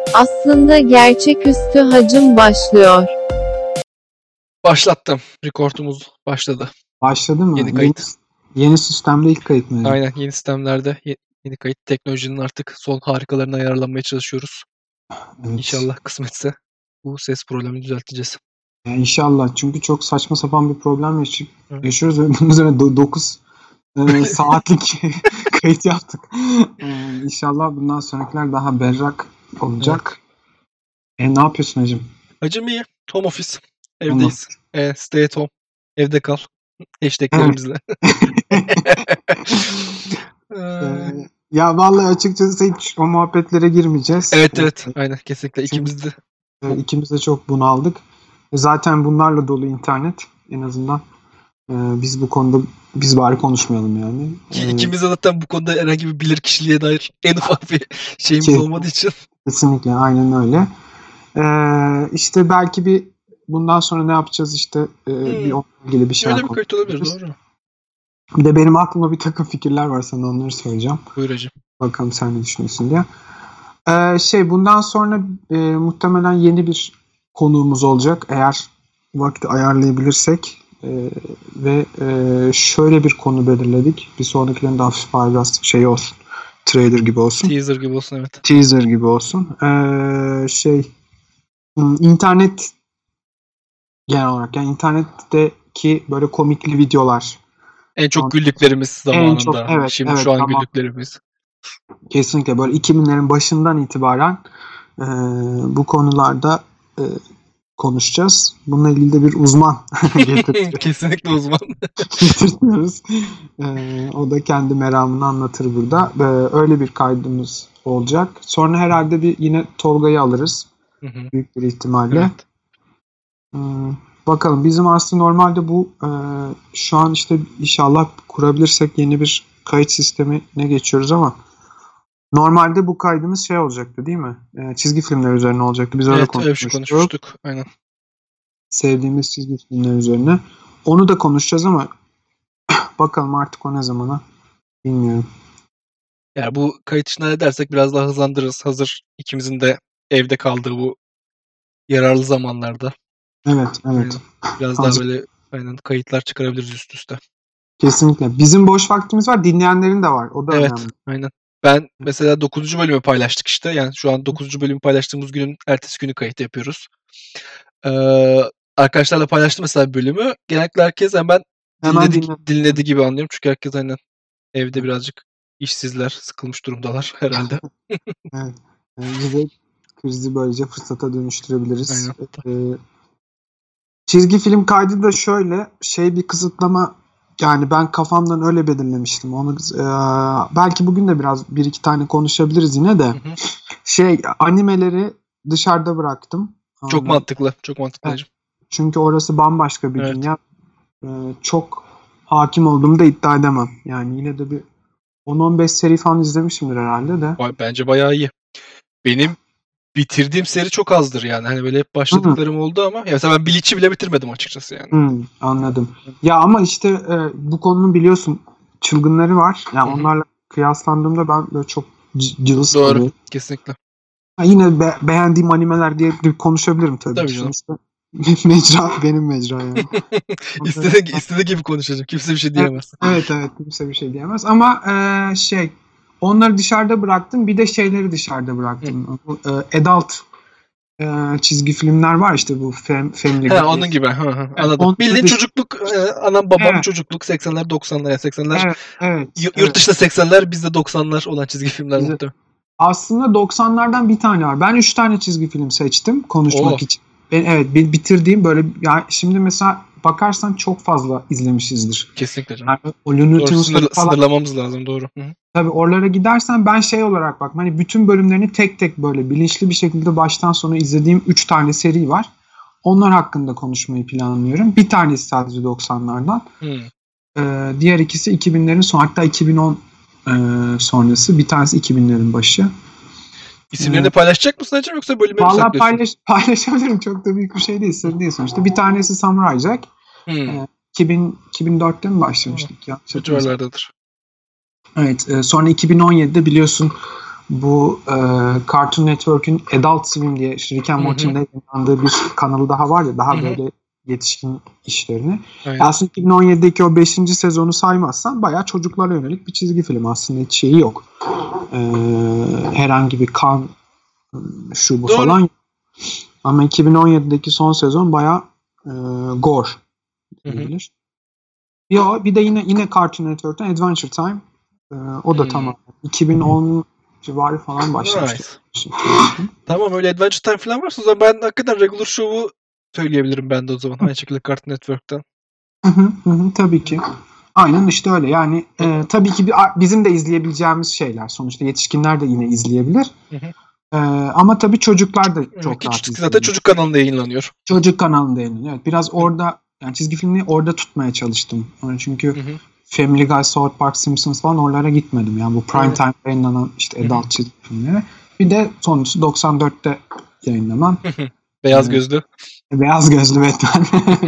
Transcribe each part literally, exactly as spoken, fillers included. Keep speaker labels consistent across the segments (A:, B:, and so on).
A: Aslında gerçeküstü hacım başlıyor.
B: Başlattım. Rekordumuz başladı.
C: Başladı mı?
B: Yeni kayıt.
C: Yeni, yeni sistemde ilk kayıt mı?
B: Aynen, yeni sistemlerde ye- yeni kayıt, teknolojinin artık son harikalarına yararlanmaya çalışıyoruz.
C: Evet.
B: İnşallah kısmetse bu ses problemini düzelteceğiz.
C: Yani inşallah, çünkü çok saçma sapan bir problem yaşay-
B: Evet.
C: yaşıyoruz ve bunun üzerine dokuz saatlik kayıt yaptık. E, İnşallah bundan sonrakiler daha berrak olacak. E, ne yapıyorsun hacım?
B: Hacım iyi. Home office. Evdeyiz. E, stay at home. Evde kal. Hashtaglerimizle.
C: E, ya vallahi açıkçası hiç o muhabbetlere girmeyeceğiz.
B: Evet evet. Aynen, kesinlikle.
C: Çünkü-
B: İkimiz de.
C: E, İkimiz de çok bunaldık. E, Zaten bunlarla dolu internet en azından. E, biz bu konuda biz bari konuşmayalım yani.
B: Ki
C: E,
B: ikimiz de zaten bu konuda herhangi bir bilir kişiliğe dair en ufak bir şeyimiz
C: Şey-
B: olmadığı için.
C: Kesinlikle aynen öyle. E, işte belki bir bundan sonra ne yapacağız işte e, bir onunla ilgili bir şey
B: Öyle bir kayıt olabilir, doğru.
C: Bir de benim aklımda bir takım fikirler var, sana onları söyleyeceğim.
B: Buyur hacım.
C: Bakalım sen ne düşünüyorsun diye. E, şey bundan sonra e, muhtemelen yeni bir konuğumuz olacak eğer vakti ayarlayabilirsek. E, ve e, şöyle bir konu belirledik. Bir sonrakilerin de hafif biraz şey olsun. Trailer gibi olsun.
B: Teaser gibi olsun, evet.
C: Teaser gibi olsun. Ee, şey hmm, internet genel olarak, yani internetteki böyle komikli videolar
B: En çok
C: An-
B: güldüklerimiz zamanında.
C: En çok, evet,
B: Şimdi
C: evet,
B: şu an
C: tamam.
B: güldüklerimiz.
C: kesinlikle böyle iki binlerin başından itibaren e, bu konularda e, konuşacağız. Bununla ilgili de bir uzman getirtiyoruz.
B: Kesinlikle uzman.
C: getirtiyoruz. Ee, o da kendi meramını anlatır burada. Ee, öyle bir kaydımız olacak. Sonra herhalde bir yine Tolga'yı alırız.
B: Hı hı.
C: Büyük bir ihtimalle.
B: Evet.
C: Hmm, bakalım, bizim aslında normalde bu e, şu an işte inşallah kurabilirsek yeni bir kayıt sistemine geçiyoruz ama normalde bu kaydımız şey olacaktı değil mi? E, çizgi filmler üzerine olacaktı. Biz öyle
B: Evet, öyle bir şey
C: konuşmuştuk.
B: konuşmuştuk. Aynen.
C: Sevdiğimiz çizgi filmler üzerine. Onu da konuşacağız ama bakalım artık o ne zamana bilmiyorum.
B: Yani bu kayıt işini edersek biraz daha hızlandırırız. Hazır ikimizin de evde kaldığı bu yararlı zamanlarda.
C: Evet, evet.
B: Biraz
C: Hazır.
B: daha böyle aynen kayıtlar çıkarabiliriz üst üste.
C: Kesinlikle. Bizim boş vaktimiz var. Dinleyenlerin de var. O da
B: Evet,
C: önemli.
B: aynen. Ben mesela dokuzuncu bölümü paylaştık işte. Yani şu an dokuzuncu bölümü paylaştığımız günün ertesi günü kayıt yapıyoruz. Ee, arkadaşlarla paylaştım mesela bölümü. Genellikle herkes hemen,
C: Hemen
B: dinledi,
C: dinle.
B: dinledi gibi anlıyorum. Çünkü herkes aynen evde birazcık işsizler, sıkılmış durumdalar herhalde.
C: Evet. Yani bize krizi böylece fırsata dönüştürebiliriz.
B: Aynen.
C: Ee, çizgi film kaydı da şöyle şey bir kısıtlama, yani ben kafamdan öyle belirlemiştim. Onu e, belki bugün de biraz bir iki tane konuşabiliriz yine de.
B: Hı hı.
C: Şey animeleri dışarıda bıraktım.
B: Çok
C: Ondan-
B: mantıklı, çok mantıklı.
C: Evet. Çünkü orası bambaşka bir
B: Evet.
C: dünya. Ee, çok hakim olduğumu da iddia edemem. Yani yine de bir on on beş seri falan izlemişimdir herhalde de.
B: Vay, bence bayağı iyi. Benim bitirdiğim seri çok azdır yani. Hani böyle hep başladıklarım oldu ama ya mesela ben Bleach'i bile bitirmedim açıkçası yani.
C: Hmm, anladım. Ya ama işte e, bu konunun biliyorsun çılgınları var. Yani
B: Hı hı.
C: onlarla kıyaslandığımda ben böyle çok c- cılız
B: Doğru,
C: kalıyorum.
B: kesinlikle.
C: Ha, yine be- beğendiğim animeler diye de konuşabilirim tabii.
B: Tabii canım.
C: Sonuçta mecra benim mecra yani.
B: İstediği, istediği gibi konuşacağım. Kimse bir şey diyemez.
C: Evet evet, kimse bir şey diyemez ama e, şey onları dışarıda bıraktım, bir de şeyleri dışarıda bıraktım. Bu, e, adult e, çizgi filmler var işte, bu fam, Family
B: He,
C: Guy.
B: onun gibi. Hı hı,
C: Evet,
B: anladım.
C: on-
B: Bildiğin
C: dış-
B: çocukluk, e, anam babam
C: Evet.
B: çocukluk seksenler doksanlar yani seksenler.
C: Evet, evet,
B: Y- yurt
C: evet.
B: dışında seksenler, bizde doksanlar olan çizgi filmler
C: Bize-
B: muhtemelen.
C: Aslında doksanlardan bir tane var. Ben üç tane çizgi film seçtim konuşmak
B: Oo.
C: için. Ben evet bir bitirdiğim böyle, yani şimdi mesela bakarsan çok fazla izlemişizdir.
B: Kesinlikle canım.
C: Yani o Looney
B: Doğru,
C: Tunes'ları
B: sınır,
C: falan.
B: sınırlamamız lazım, doğru. Hı hı.
C: Tabii oralara gidersen ben şey olarak bak, hani bütün bölümlerini tek tek böyle bilinçli bir şekilde baştan sona izlediğim üç tane seri var. Onlar hakkında konuşmayı planlıyorum. Bir tanesi sadece doksanlardan.
B: Hı.
C: Ee, diğer ikisi iki binlerin son, hatta iki bin on e, sonrası. Bir tanesi iki binlerin başı.
B: İsimlerini
C: Evet.
B: paylaşacak mısın acaba yoksa bölüme mi
C: Vallahi
B: saklıyorsun?
C: paylaş, paylaşabilirim. Çok da büyük bir şey değil. Sır değil sonuçta. Bir tanesi Samurai Jack.
B: Hı.
C: Ee, iki bin, iki bin dörtte mi başlamıştık ya?
B: Bu civarlardadır.
C: Evet. E, sonra iki bin on yedide biliyorsun bu e, Cartoon Network'ün Adult Swim diye Rick and Morty'nin yayınlandığı bir kanalı daha var ya, daha
B: Hı hı.
C: böyle yetişkin işlerini.
B: Aynen.
C: Aslında iki bin on yedideki o beşinci sezonu saymazsan bayağı çocuklara yönelik bir çizgi film. Aslında hiç şeyi yok. Ee, herhangi bir kan şu bu
B: Doğru.
C: falan yok. Ama iki bin on yedideki son sezon bayağı e, gore
B: Hı hı.
C: diyebilir. Yo, bir de yine yine Cartoon Network'ten Adventure Time. Ee, o da
B: Hmm.
C: tamam. iki bin on civarı falan başlamıştı.
B: Nice. Tamam, öyle Adventure Time falan varsa o zaman ben hakikaten Regular Show'u söyleyebilirim ben de o zaman. Aynı şekilde Cartoon Network'ten.
C: Hı hı, hı hı, tabii ki. Aynen işte öyle. Yani e, tabii ki bir, bizim de izleyebileceğimiz şeyler. Sonuçta yetişkinler de yine izleyebilir.
B: Hı hı.
C: E, ama tabii çocuklar da
B: Evet,
C: çok
B: ki
C: rahat
B: zaten
C: izleyebilir.
B: çocuk kanalında yayınlanıyor.
C: Çocuk kanalında yayınlanıyor. Evet, biraz orada yani çizgi filmini orada tutmaya çalıştım. Yani çünkü
B: Hı hı.
C: Family Guy, South Park, Simpsons falan oralara gitmedim. Yani bu prime
B: Evet.
C: time yayınlanan işte
B: Hı hı.
C: adult çizgi filmleri. Bir de sonuncusu doksan dörtte yayınlanan
B: Beyaz
C: e,
B: gözlü.
C: Beyaz Gözlü Batman.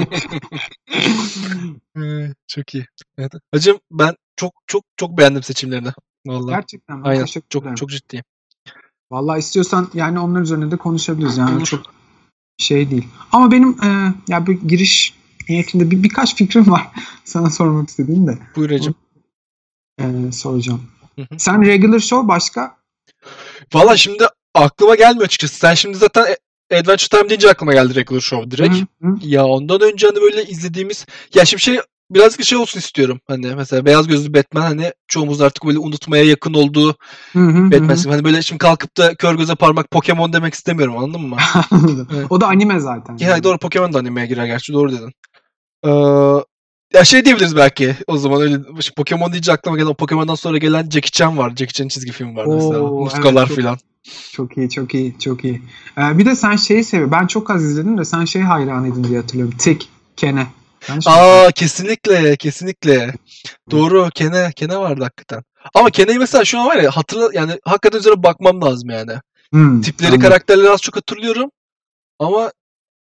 B: Ee, Çok iyi. Evet. Hacım ben çok çok çok beğendim seçimlerini. Vallahi.
C: Gerçekten mi?
B: Aynen.
C: Teşekkür
B: Çok
C: ederim.
B: çok ciddiyim.
C: Vallahi istiyorsan yani onlar üzerine de konuşabiliriz. Yani
B: Olur.
C: çok şey değil. Ama benim e, ya bir giriş niyetinde bir, birkaç fikrim var. Sana sormak istediğim de.
B: Buyur hacım.
C: Onu, e, soracağım.
B: Hı hı.
C: Sen Regular Show başka?
B: Valla şimdi aklıma gelmiyor açıkçası. Sen şimdi zaten A- Adventure Time deyince aklıma geldi Regular Show direkt.
C: Hı hı.
B: Ya ondan önce hani böyle izlediğimiz... Ya şimdi şey birazcık şey olsun istiyorum. Hani mesela Beyaz Gözlü Batman hani çoğumuz artık böyle unutmaya yakın olduğu
C: Hı hı, hı
B: Batman.
C: hı.
B: Hani böyle şimdi kalkıp da kör göze parmak Pokemon demek istemiyorum, anladın mı?
C: Anladım.
B: Evet.
C: O da anime zaten.
B: Ya
C: yani.
B: doğru, Pokemon da animeye girer gerçi, doğru dedin. Ee, ya şey diyebiliriz belki o zaman, öyle şimdi Pokemon deyince aklıma gelen o Pokemon'dan sonra gelen Jackie Chan var. Jackie Chan çizgi film vardı mesela.
C: Oo,
B: Muskalar
C: evet, çok,
B: filan.
C: çok iyi, çok iyi, çok iyi. Ee, bir de sen şeyi seviyorsun. Ben çok az izledim de sen şey hayranıydın diye hatırlıyorum. Tick, Kene. Yanlış mı hatırlıyorum?
B: Aa, kesinlikle kesinlikle. Doğru, Kene Kene vardı hakikaten. Ama Kene'yi mesela şu an var ya, hatırla yani, hakikaten üzerine bakmam lazım yani.
C: Hmm,
B: Tipleri,
C: anladım.
B: karakterleri az çok hatırlıyorum ama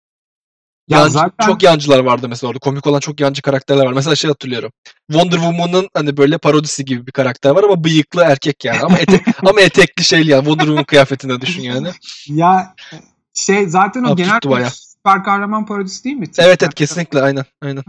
C: Ya
B: yancı,
C: zaten
B: çok yancılar vardı mesela orada. Komik olan çok yancı karakterler var. Mesela şey hatırlıyorum. Wonder Woman'ın hani böyle parodisi gibi bir karakter var ama bıyıklı erkek yani. Ama ete, ama etekli şeyli yani. Wonder Woman kıyafetinde düşün yani.
C: ya şey zaten o genel
B: Absürttü
C: bir
B: baya.
C: süper kahraman parodisi değil mi? Tick.
B: Evet
C: Ben,
B: evet, kesinlikle, aynen aynen.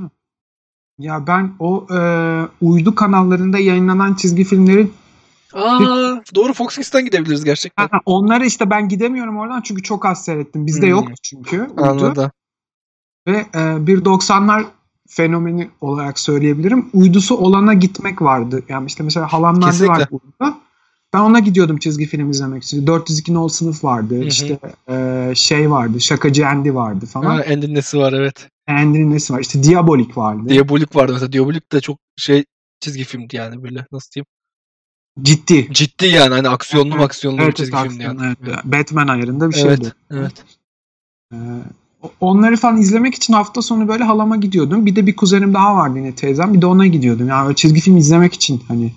C: ya ben o e, uydu kanallarında yayınlanan çizgi filmlerin
B: Aa, doğru, Fox Kids'ten gidebiliriz gerçekten.
C: ha, onları işte ben gidemiyorum oradan çünkü çok az seyrettim. Bizde
B: Hmm,
C: yoktu çünkü uydu.
B: anladım.
C: Ve e, bir doksanlar fenomeni olarak söyleyebilirim. Uydusu olana gitmek vardı. Yani işte mesela halamlarda
B: Kesinlikle.
C: var uydu. Ben ona gidiyordum çizgi film izlemek için. dört yüz iki Nol Sınıf vardı.
B: Hı hı.
C: İşte e, şey vardı. Şakacı Andy vardı falan.
B: Ha, Andy'nin nesi var, evet.
C: Andy'nin nesi var? İşte Diabolik vardı.
B: Diabolik vardı mesela. Diabolik de çok şey çizgi filmdi yani, böyle nasıl diyeyim.
C: Ciddi.
B: Ciddi yani, hani aksiyonlu
C: Evet,
B: aksiyonlu bir
C: evet,
B: çizgi
C: evet,
B: filmdi yani.
C: evet.
B: Evet.
C: Batman ayarında bir şeydi.
B: Evet, evet.
C: Ee, onları falan izlemek için hafta sonu böyle halama gidiyordum. Bir de bir kuzenim daha vardı yine, teyzem. Bir de ona gidiyordum. Yani öyle çizgi film izlemek için hani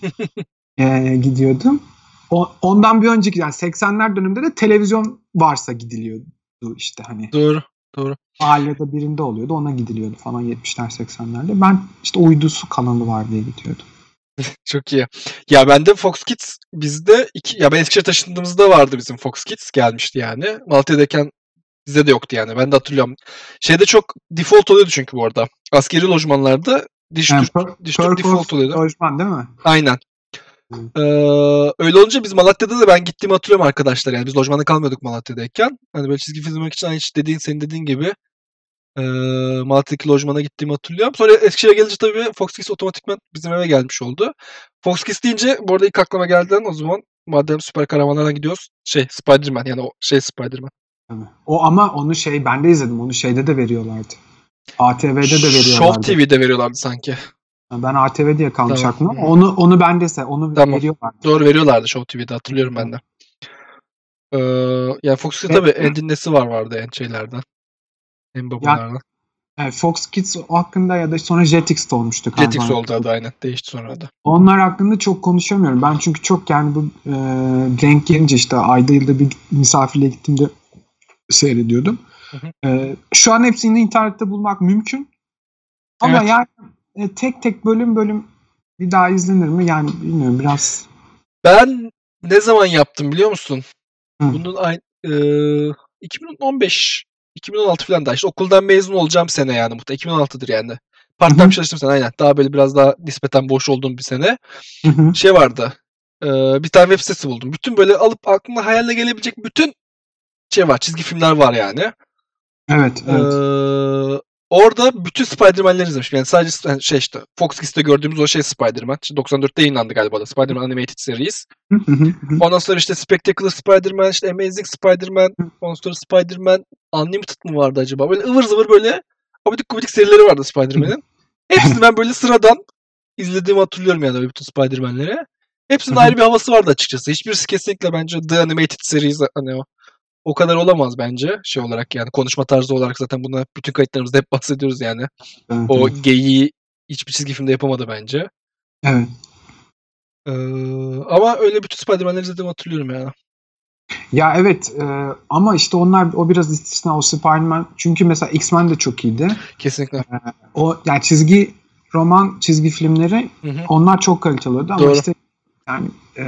C: e, gidiyordum. O, ondan bir önceki yani seksenler döneminde de televizyon varsa gidiliyordu işte hani.
B: Doğru, doğru.
C: Mahallede birinde oluyordu, ona gidiliyordu falan yetmişler seksenlerde. Ben işte uydusu kanalı var diye gidiyordum.
B: Çok iyi. Ya bende Fox Kids bizde iki, ya ben Eskişehir taşındığımızda vardı bizim Fox Kids, gelmişti yani. Malatya'dayken bizde de yoktu yani. Ben de hatırlıyorum. Şeyde çok default oluyordu çünkü bu arada. Askeri lojmanlarda Diş
C: Yani
B: Türk,
C: Pur-
B: Diş Türk
C: Purple
B: default oluyordu.
C: Lojman değil mi?
B: Aynen.
C: Hı.
B: Ee, öyle olunca biz Malatya'da da ben gittiğimi hatırlıyorum arkadaşlar. Yani biz lojmanda kalmıyorduk Malatya'dayken. Hani böyle çizgi film izlemek için hani hiç dediğin, senin dediğin gibi ee, Malatya'daki lojmana gittiğimi hatırlıyorum. Sonra Eskişehir'e gelince tabii Fox Kids otomatikman bizim eve gelmiş oldu. Fox Kids deyince bu arada ilk aklıma gelden o zaman, madem süper kahramanlardan gidiyoruz, şey Spider-Man, yani o şey Spider-Man.
C: Tabii. O ama onu şey ben de izledim. Onu şeyde de veriyorlardı. A T V'de de
B: Show
C: veriyorlardı.
B: T V'de veriyorlardı sanki.
C: Ben A T V diye kalmış
B: Tamam.
C: aklımda ama onu onu ben de se onu
B: Tamam.
C: veriyorlardı.
B: Doğru, veriyorlardı Show T V'de, hatırlıyorum ben de. Ee, yani Fox Kids
C: Ve-
B: tabii Andy'nin nesi var vardı en şeylerden. En babalardan.
C: Yani Fox Kids hakkında ya da sonra Jetix'te olmuştu galiba.
B: Jetix oldu adı, aynen. Değişti sonra da.
C: Onlar hakkında çok konuşamıyorum. Ben çünkü çok yani bu e, denk gelince işte ayda yılda bir misafirliğe gittiğimde seyrediyordum.
B: Hı hı.
C: E, şu an hepsini internette bulmak mümkün. Ama
B: Evet.
C: yani e, tek tek bölüm bölüm bir daha izlenir mi? Yani bilmiyorum, biraz.
B: Ben ne zaman yaptım biliyor musun?
C: Hı.
B: Bunun aynı e, iki bin on beş iki bin on altı falan da işte okuldan mezun olacağım sene yani muhtemelen iki bin on altıdır yani. Part
C: Hı
B: time
C: hı.
B: çalıştım sene aynen. Daha böyle biraz daha nispeten boş olduğum bir sene.
C: Hı hı.
B: Şey vardı. e, bir tane web sitesi buldum. Bütün böyle alıp aklına hayaline gelebilecek bütün şey var. Çizgi filmler var yani.
C: Evet,
B: Ee,
C: evet.
B: orada bütün Spider-Man'leri izlemişim. Yani sadece yani şey işte Fox Kids'te gördüğümüz o şey Spider-Man. İşte doksan dörtte yayınlandı galiba da. Spider-Man Animated Series.
C: Hı hı hı hı.
B: Ondan sonra işte Spectacular Spider-Man, işte Amazing Spider-Man, ondan sonra Spider-Man Unlimited mı vardı acaba? Böyle ıvır zıvır böyle abidik gubidik serileri vardı Spider-Man'in. Hepsini ben böyle sıradan izlediğimi hatırlıyorum yani öyle bütün Spider-Man'leri. Hepsinin
C: Hı hı.
B: ayrı bir havası vardı açıkçası. Hiçbirisi kesinlikle bence The Animated Series hani o o kadar olamaz bence şey olarak yani konuşma tarzı olarak zaten buna bütün kayıtlarımızda hep bahsediyoruz yani.
C: Evet,
B: O
C: evet.
B: geyiği hiçbir çizgi filmde yapamadı bence.
C: Evet.
B: Ee, ama öyle bütün Spider-Man'leri izlediğimi hatırlıyorum yani.
C: Ya evet e, ama işte onlar o biraz istisna o Spider-Man. Çünkü mesela X-Men de çok iyiydi.
B: Kesinlikle.
C: O yani çizgi roman, çizgi filmleri
B: Hı hı.
C: onlar çok kaliteli ama
B: Doğru.
C: işte yani e,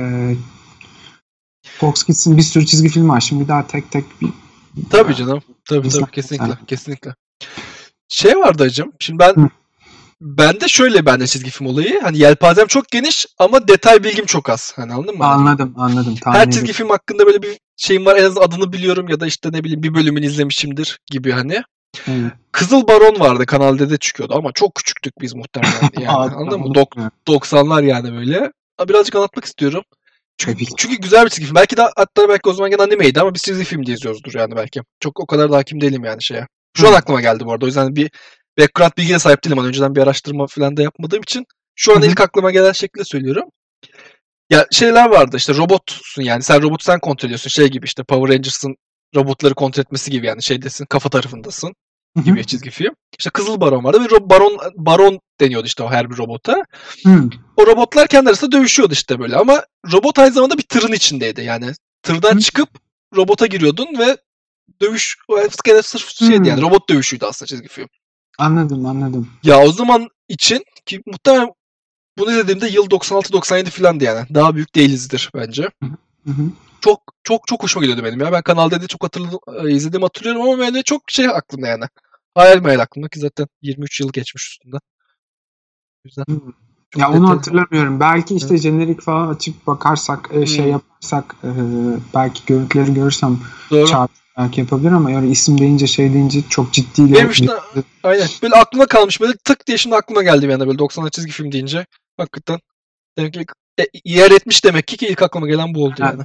C: Fox Kids'in bir sürü çizgi filmi var. Şimdi bir daha tek tek bir
B: Tabii canım. Tabii
C: İnsan-
B: tabii kesinlikle.
C: yani.
B: Kesinlikle. Şey vardı hacım. Şimdi ben
C: Hı.
B: bende şöyle bende çizgi film olayı. Hani yelpazem çok geniş ama detay bilgim çok az. Hani anladın mı? Hani
C: Anladım, anladım. Tahmin
B: her
C: ediyorum.
B: çizgi film hakkında böyle bir şeyim var. En azından adını biliyorum ya da işte ne bileyim bir bölümünü izlemişimdir gibi hani.
C: Evet.
B: Kızıl Baron vardı Kanal D'de çıkıyordu ama çok küçüktük biz muhtemelen yani.
C: Aa,
B: Anladın mı?
C: onu
B: Dok-
C: bilmiyorum.
B: doksanlar yani böyle. Birazcık anlatmak istiyorum. Çünkü,
C: Tabii ki.
B: çünkü güzel bir çizgi film. Belki de hatta belki o zaman gene animeydi ama biz çizgi film diye izliyoruzdur yani belki. Çok o kadar da hakim değilim yani şeye. Şu an
C: Hı.
B: aklıma geldi bu arada. O yüzden bir background bilgiye sahip değilim. Hani önceden bir araştırma falan da yapmadığım için şu an
C: Hı hı.
B: ilk aklıma gelen şekilde söylüyorum. Ya şeyler vardı işte robotsun yani. Sen robotu sen kontrol ediyorsun. Şey gibi işte Power Rangers'ın robotları kontrol etmesi gibi yani şeydesin kafa tarafındasın
C: Hı hı.
B: gibi çizgi film. İşte Kızıl Baron vardı ve ro- Baron Baron deniyordu işte o her bir robota.
C: Hı.
B: O robotlar kendi arasında dövüşüyordu işte böyle ama robot aynı zamanda bir tırın içindeydi yani. Tırdan
C: Hı.
B: çıkıp robota giriyordun ve dövüş o gene sırf şeydi yani
C: Hı.
B: robot dövüşüydü aslında çizgi film.
C: Anladım, anladım.
B: Ya o zaman için ki muhtemelen bunu izlediğimde yıl doksan altı doksan yedi filandı yani. Daha büyük değilizdir bence.
C: Hı hı.
B: Çok çok çok hoşuma gidiyordu benim ya. Ben Kanal D'de çok hatırladım, izlediğimi hatırlıyorum ama böyle çok şey aklımda yani. Hayal meyal aklımda ki zaten yirmi üç yıl geçmiş üstünde. O yüzden
C: Hı.
B: çok
C: Ya onu
B: detaylı.
C: hatırlamıyorum. Belki işte
B: Evet.
C: jenerik falan açıp bakarsak, e, şey
B: Hmm.
C: yaparsak e, belki görüntüleri görürsem
B: Doğru.
C: çağır belki yapabilir ama yani isim deyince şey deyince çok ciddiyle
B: Benim işte aynen. Böyle aklıma kalmış. Böyle tık diye şimdi aklıma geldi bir anda böyle doksanlar çizgi film deyince. Hakikaten demek ki e, yer etmiş demek ki ki ilk aklıma gelen bu oldu yani.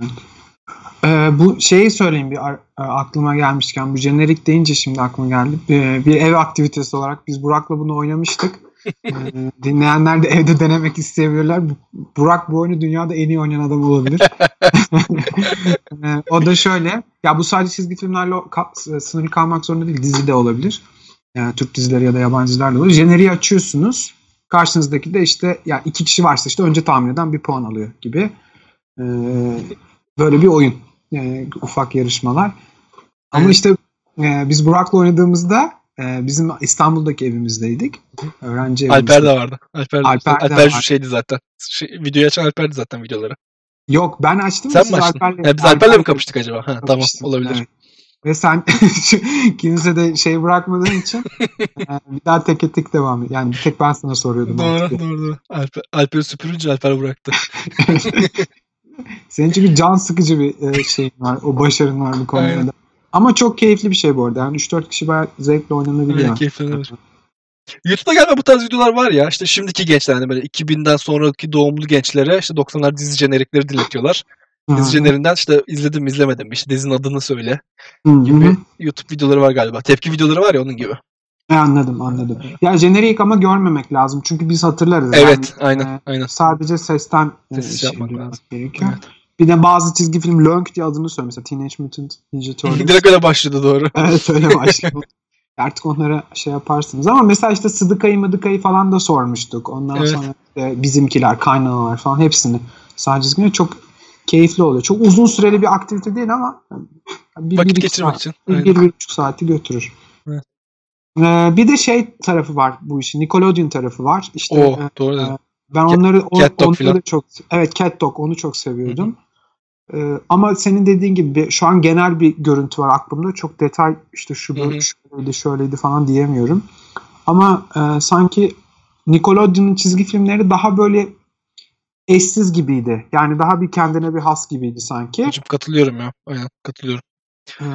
C: Ee, bu şeyi söyleyeyim bir ar- aklıma gelmişken bu jenerik deyince şimdi aklıma geldi. Ee, bir ev aktivitesi olarak biz Burak'la bunu oynamıştık. Ee, dinleyenler de evde denemek isteyebilirler. Bu- Burak bu oyunu dünyada en iyi oynayan adam olabilir. Ee, o da şöyle. Ya bu sadece çizgi filmlerle ka- sınırlı kalmak zorunda değil. Dizi de olabilir. Yani Türk dizileri ya da yabancı diziler de olur. Jeneriği açıyorsunuz. Karşınızdaki de işte ya iki kişi varsa işte önce tahmin eden bir puan alıyor gibi. Ee, böyle bir oyun. Yani ufak yarışmalar. Ama
B: Evet.
C: işte e, biz Burak'la oynadığımızda e, bizim İstanbul'daki evimizdeydik. Öğrenci
B: Alper
C: evimizde.
B: de vardı. Alper de,
C: Alper de
B: Alper şu
C: var.
B: şeydi zaten. Şey, videoyu açan Alper'di zaten videoları.
C: Yok ben açtım ve
B: Sen
C: siz
B: mi açtın?
C: Alper'le
B: He, biz Alper'le mi kapıştık acaba? Ha, tamam
C: kapıştınız.
B: olabilir.
C: Evet. Ve sen kimse de şey bırakmadığın için e, bir daha teke tek devam et. Yani bir tek ben sana soruyordum
B: Doğru
C: artık.
B: doğru doğru. Alper, Alper'i süpürünce Alper bıraktı.
C: Senin çünkü can sıkıcı bir e, şeyin var. O başarın var bu konuda
B: Aynen.
C: da. Ama çok keyifli bir şey bu arada. Yani üç dört kişi bayağı zevkle oynanabiliyor.
B: Aynen keyiflenir. YouTube'da galiba bu tarz videolar var ya. İşte şimdiki gençler hani böyle iki binden sonraki doğumlu gençlere işte doksanlar dizi jenerikleri dinletiyorlar.
C: Hı
B: Dizi
C: hı.
B: jeneriğinden işte izledim mi izlemedim mi işte dizinin adını söyle
C: Hı hı.
B: gibi YouTube videoları var galiba. Tepki videoları var ya onun gibi.
C: E, anladım anladım. Ya jenerik ama görmemek lazım. Çünkü biz hatırlarız.
B: Evet
C: Yani,
B: aynen
C: e,
B: aynen.
C: sadece sesten e,
B: Sessiz
C: şey
B: yapmak
C: duymak
B: lazım.
C: gerekiyor.
B: Evet.
C: Bir de bazı çizgi film Lönk diye adını söylüyor. Mesela Teenage Mutant Ninja Turtles.
B: Direkt öyle başladı doğru.
C: Evet öyle başlıyor. Artık onlara şey yaparsınız. Ama mesela işte Sıdıkayı Mıdıkayı falan da sormuştuk. Ondan
B: Evet.
C: sonra işte bizimkiler, kaynanalar falan hepsini. Sadece çizgi film çok keyifli oluyor. Çok uzun süreli bir aktivite değil ama bir,
B: Vakit
C: bir, iki
B: geçirmek
C: saat,
B: için.
C: bir,
B: Aynen.
C: bir, bir buçuk saati götürür.
B: Evet.
C: Ee, bir de şey tarafı var bu işin. Nickelodeon tarafı var. İşte
B: Oo,
C: e,
B: doğru dedim.
C: ben onları o,
B: Cat Dog
C: onları
B: filan.
C: da çok evet Cat Dog onu çok seviyordum. Ee, ama senin dediğin gibi şu an genel bir görüntü var aklımda. Çok detay işte şu böyle şöyleydi şöyleydi falan diyemiyorum. Ama e, sanki Nickelodeon'un çizgi filmleri daha böyle eşsiz gibiydi. Yani daha bir kendine bir has gibiydi sanki.
B: Hocam katılıyorum ya. Aynen katılıyorum.
C: Ee,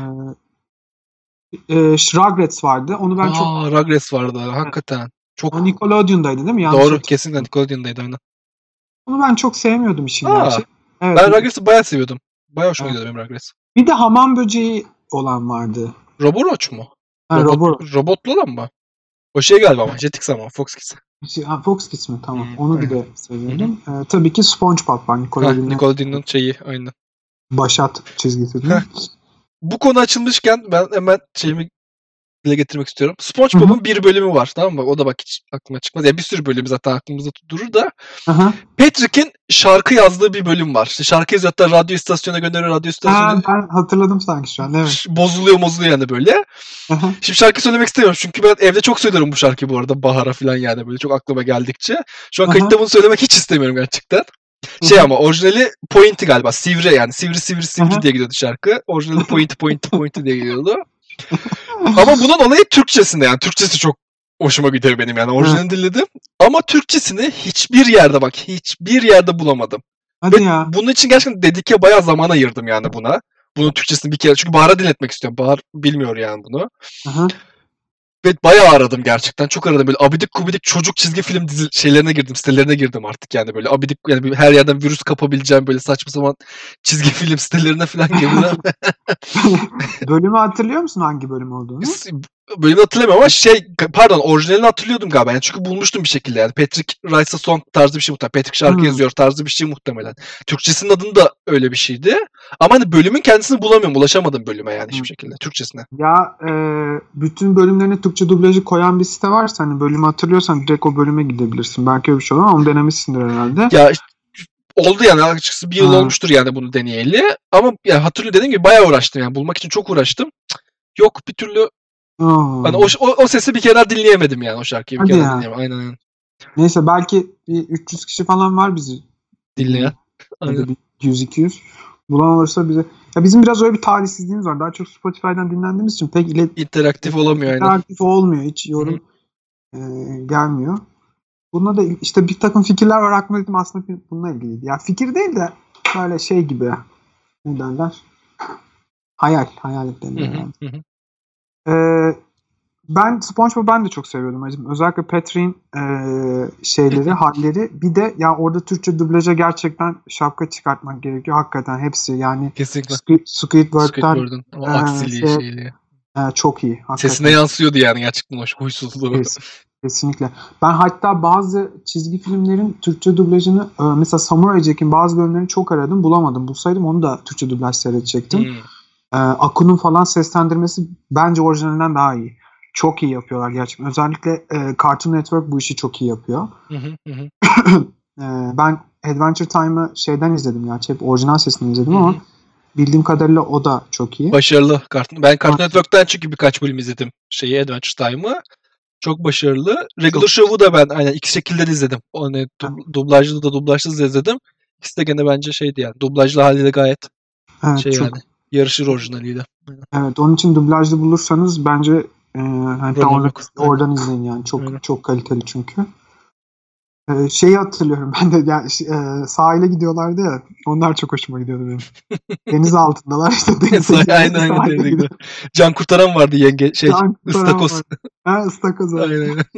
C: e, Rugrats vardı. Onu ben
B: Aa,
C: çok...
B: Rugrats vardı. Hakikaten. Çok...
C: O Nickelodeon'daydı değil mi? Yanlış
B: Doğru.
C: hatırlıyorum.
B: Kesinlikle Nickelodeon'daydı. Aynen.
C: Onu ben çok sevmiyordum işin
B: Aa,
C: gerçeği. Evet.
B: ben Rugrats'ı bayağı seviyordum. Bayağı hoşuma
C: Evet.
B: gidiyordu benim Rugrats.
C: Bir de hamam böceği olan vardı.
B: Roboroch mu?
C: Ha,
B: Robot,
C: Robot.
B: Robotlu olan mı? O şey galiba ama. Jetix ama. Fox Kids.
C: Şey, ha, Fox Kids mi? Tamam.
B: Hmm,
C: Onu
B: aynen.
C: bir de seviyordum. Ee, tabii ki SpongeBob var.
B: Ha,
C: Nickelodeon'un
B: Nickelodeon'un şeyi. Aynen.
C: başat çizgisi değil mi?
B: Bu konu açılmışken ben hemen şeyimi dile getirmek istiyorum. SpongeBob'un bir bölümü var, tamam mı? O da bak hiç aklıma çıkmaz. Ya bir sürü bölüm zaten aklımızda durur da.
C: Aha.
B: Patrick'in şarkı yazdığı bir bölüm var. İşte şarkı yazıyor, hatta radyo istasyonuna gönderiyor. Radyo istasyonu
C: Ha, ben hatırladım sanki şu an. Evet.
B: bozuluyor bozuluyor yani böyle.
C: Aha.
B: Şimdi şarkı söylemek istemiyorum çünkü ben evde çok söylüyorum bu şarkıyı bu arada. Bahar'a falan yani böyle çok aklıma geldikçe. Şu an
C: Aha.
B: kayıtta bunu söylemek hiç istemiyorum gerçekten. Şey ama orijinali Pointy galiba. Sivri yani. Sivri sivri sivri
C: Aha.
B: diye gidiyordu şarkı. Orijinali Pointy Pointy Pointy diye gidiyordu. Ama bunun olayı Türkçesinde yani. Türkçesi çok hoşuma gidiyor benim yani. Orijinalini dinledim. Ama Türkçesini hiçbir yerde bak hiçbir yerde bulamadım.
C: Hadi
B: Ve
C: ya.
B: bunun için gerçekten dedike bayağı zaman ayırdım yani buna. Bunun Türkçesini bir kere. Çünkü Bahar'a dinletmek istiyorum. Bahar bilmiyor yani bunu.
C: Aha.
B: Ve bayağı aradım gerçekten. Çok aradım. Böyle abidik kubidik çocuk çizgi film dizi şeylerine girdim. Sitelerine girdim artık yani böyle. Abidik yani her yerden virüs kapabileceğim böyle saçma sapan çizgi film sitelerine falan girdim.
C: Bölümü hatırlıyor musun hangi bölüm olduğunu?
B: Bölümü hatırlamıyorum ama şey pardon orijinalini hatırlıyordum galiba. Yani çünkü bulmuştum bir şekilde yani. Patrick Writes a Song tarzı bir şey muhtemelen. Patrick şarkı
C: Hmm.
B: yazıyor tarzı bir şey muhtemelen. Türkçesinin adını da öyle bir şeydi. Ama hani bölümün kendisini bulamıyorum. Ulaşamadım bölüme yani hiçbir
C: Hmm.
B: şekilde. Türkçesine.
C: Ya e, bütün bölümlerine Türkçe dublajı koyan bir site varsa hani bölümü hatırlıyorsan direkt o bölüme gidebilirsin. Belki öyle bir şey olur ama onu denemişsindir herhalde.
B: Ya oldu yani açıkçası bir yıl
C: Ha.
B: olmuştur yani bunu deneyeli. Ama ya hatırlıyorum dediğim gibi bayağı uğraştım yani. Bulmak için çok uğraştım. Yok bir türlü
C: Oo.
B: hani o, o, o sesi bir kere daha dinleyemedim yani o şarkıyı bir
C: Hadi
B: kere
C: ya.
B: daha dinleyemedim. Aynen aynen.
C: Neyse belki bir üç yüz kişi falan var bizi
B: Dinleyen.
C: Ya
B: Aynen.
C: da bir yüz iki yüz. Bulan olursa bize. Ya bizim biraz öyle bir talihsizliğimiz var. Daha çok Spotify'dan dinlendiğimiz için pek ile
B: İnteraktif olamıyor aynen.
C: interaktif olmuyor. Hiç yorum e, gelmiyor. Bunda da işte bir takım fikirler var aklımda dedim aslında bununla ilgiliydi. Ya fikir değil de böyle şey gibi ne derler? Hayal. Hayal deniyor
B: Hı hı,
C: yani.
B: hı hı.
C: Ee, ben SpongeBob'u ben de çok seviyordum. Özellikle Patrick'in e, şeyleri, halleri. Bir de ya orada Türkçe dublaja gerçekten şapka çıkartmak gerekiyor. Hakikaten hepsi yani
B: Kesinlikle.
C: Squid- Squidward'dan
B: Squidward'ın o
C: e,
B: aksiliği
C: şey,
B: şeyliği.
C: e, çok iyi. Hakikaten.
B: Sesine yansıyordu yani gerçekten o huysuzluğu.
C: Kes- Kesinlikle. Ben hatta bazı çizgi filmlerin Türkçe dublajını e, mesela Samurai Jack'in bazı bölümlerini çok aradım. Bulamadım. Bulsaydım onu da Türkçe dublaj seyredecektim.
B: Hmm.
C: E, Aku'nun falan seslendirmesi bence orijinalinden daha iyi. Çok iyi yapıyorlar gerçekten. Özellikle e, Cartoon Network bu işi çok iyi yapıyor.
B: Hı hı, hı hı.
C: e, ben Adventure Time'ı şeyden izledim ya. Hep orijinal sesini izledim
B: Hı hı.
C: ama bildiğim kadarıyla o da çok iyi.
B: Başarılı. Cartoon. Ben Cartoon Network'ten çünkü birkaç bölüm izledim şeyi Adventure Time'ı. Çok başarılı. Regular
C: Çok-
B: Show'u da ben aynen iki şekilde de izledim. Hani dub- dublajlı da dublajsız da izledim. İkisi de gene bence şeydi yani. Dublajlı haliyle gayet
C: Evet,
B: şey
C: çok,
B: yani. Yarışır orijinaliyle.
C: evet, onun için dublajlı bulursanız bence e, hani tam
B: Problem
C: olarak
B: yok. Aynen.
C: oradan izleyin yani. Çok
B: Aynen.
C: çok kaliteli çünkü. E, şeyi hatırlıyorum ben de yani, e, sahile gidiyorlardı ya. Onlar çok hoşuma gidiyordu benim. Deniz altındalar işte. Denize
B: aynen
C: gidiyor,
B: aynen.
C: sahile
B: Denize
C: gidiyor.
B: gidiyor. Can kurtaran vardı yenge şey
C: Can kurtaran
B: ıstakoz.
C: var. Ha, ıstakoz var.
B: Aynen aynen.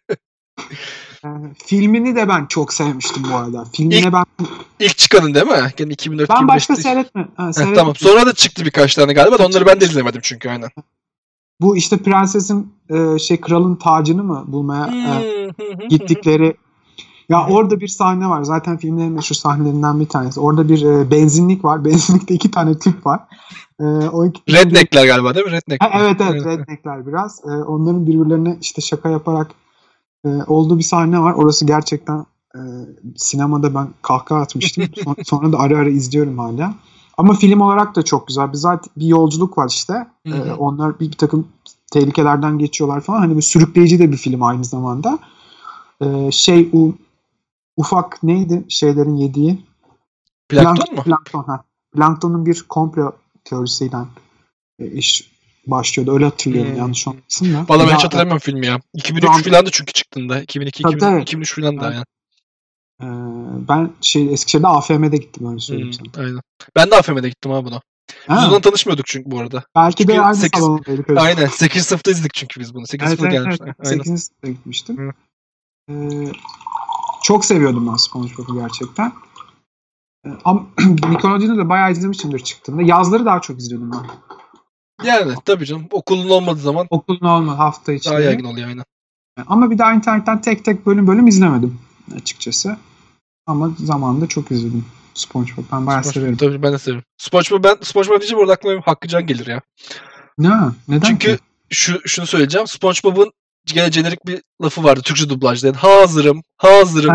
C: E, filmini de ben çok sevmiştim bu arada. Filmine
B: İlk-
C: ben
B: İlk çıkanın değil mi? Gene iki bin dört
C: ben
B: iki bin
C: başka
B: beşte.
C: seyretme. Ha,
B: Heh,
C: seyretmedim.
B: tamam. Sonra da çıktı birkaç tane galiba. da Onları ben de izlemedim çünkü aynen.
C: Bu işte prensesin e, şey kralın tacını mı bulmaya e,
B: Hmm.
C: gittikleri. Ya
B: Hı hı.
C: orada bir sahne var. Zaten filmin en meşhur sahnelerinden bir tanesi. Orada bir e, benzinlik var. Benzinlikte iki tane tip var. E, o iki
B: Redneck'ler galiba değil mi? Redneck.
C: Ha, evet evet redneckler biraz. E, onların birbirlerine işte şaka yaparak e, olduğu bir sahne var. Orası gerçekten e, sinemada ben kahkaha atmıştım. Son- sonra da ara ara izliyorum hala. Ama film olarak da çok güzel. Bir zaten bir yolculuk var işte.
B: Hı hı.
C: E, onlar bir, bir takım tehlikelerden geçiyorlar falan. Hani bir sürükleyici de bir film aynı zamanda. E, şey u, ufak neydi şeylerin yediği?
B: Plankton mu?
C: Plankton ha. Plankton'un bir komplo teorisiyle e, iş başlıyordu. Öyle hatırlıyorum
B: Hmm.
C: yanlış olmasın da.
B: Valla ben
C: Bir
B: hiç
C: daha-
B: hatırlamıyorum filmi ya. iki bin
C: Şu an-
B: üç filandı çünkü çıktığında. iki bin iki,
C: Tabii,
B: iki bin,
C: tabii.
B: iki bin üç filandı
C: Evet.
B: yani.
C: Ee, ben şey Eskişehir'de A F M'de gittim öyle söyleyeyim
B: Hmm,
C: sana.
B: aynen. Ben de A F M'de gittim ha buna. Biz
C: Ha,
B: ondan tanışmıyorduk çünkü bu arada.
C: belki de
B: çünkü
C: aynı
B: sekiz
C: salondaydık. öyle.
B: Aynen. sekizinci sınıfta izledik çünkü biz bunu. sekizinci
C: Evet,
B: sınıfta
C: evet,
B: gelmişler.
C: evet.
B: Aynen.
C: sekizinci sınıfta gitmiştim.
B: Hı.
C: Ee, çok seviyordum ben SpongeBob'u gerçekten. Ee, ama Nickelodeon'u da bayağı izlemişimdir çıktığında. Yazları daha çok izliyordum ben.
B: Yani tabii canım. Okulun olmadığı zaman
C: Okulun olmadı hafta
B: daha
C: içleri.
B: yaygın oluyor aynen.
C: Ama bir daha internetten tek tek bölüm bölüm izlemedim açıkçası. Ama zamanında çok izledim SpongeBob. Ben bayağı
B: SpongeBob,
C: severim.
B: tabii ben de severim. SpongeBob ben SpongeBob deyince burada aklıma benim Hakkıcan gelir ya.
C: Ne? Neden
B: Çünkü
C: ki?
B: şu şunu söyleyeceğim. SpongeBob'un gene jenerik bir lafı vardı Türkçe dublajda. Yani, hazırım, hazırım.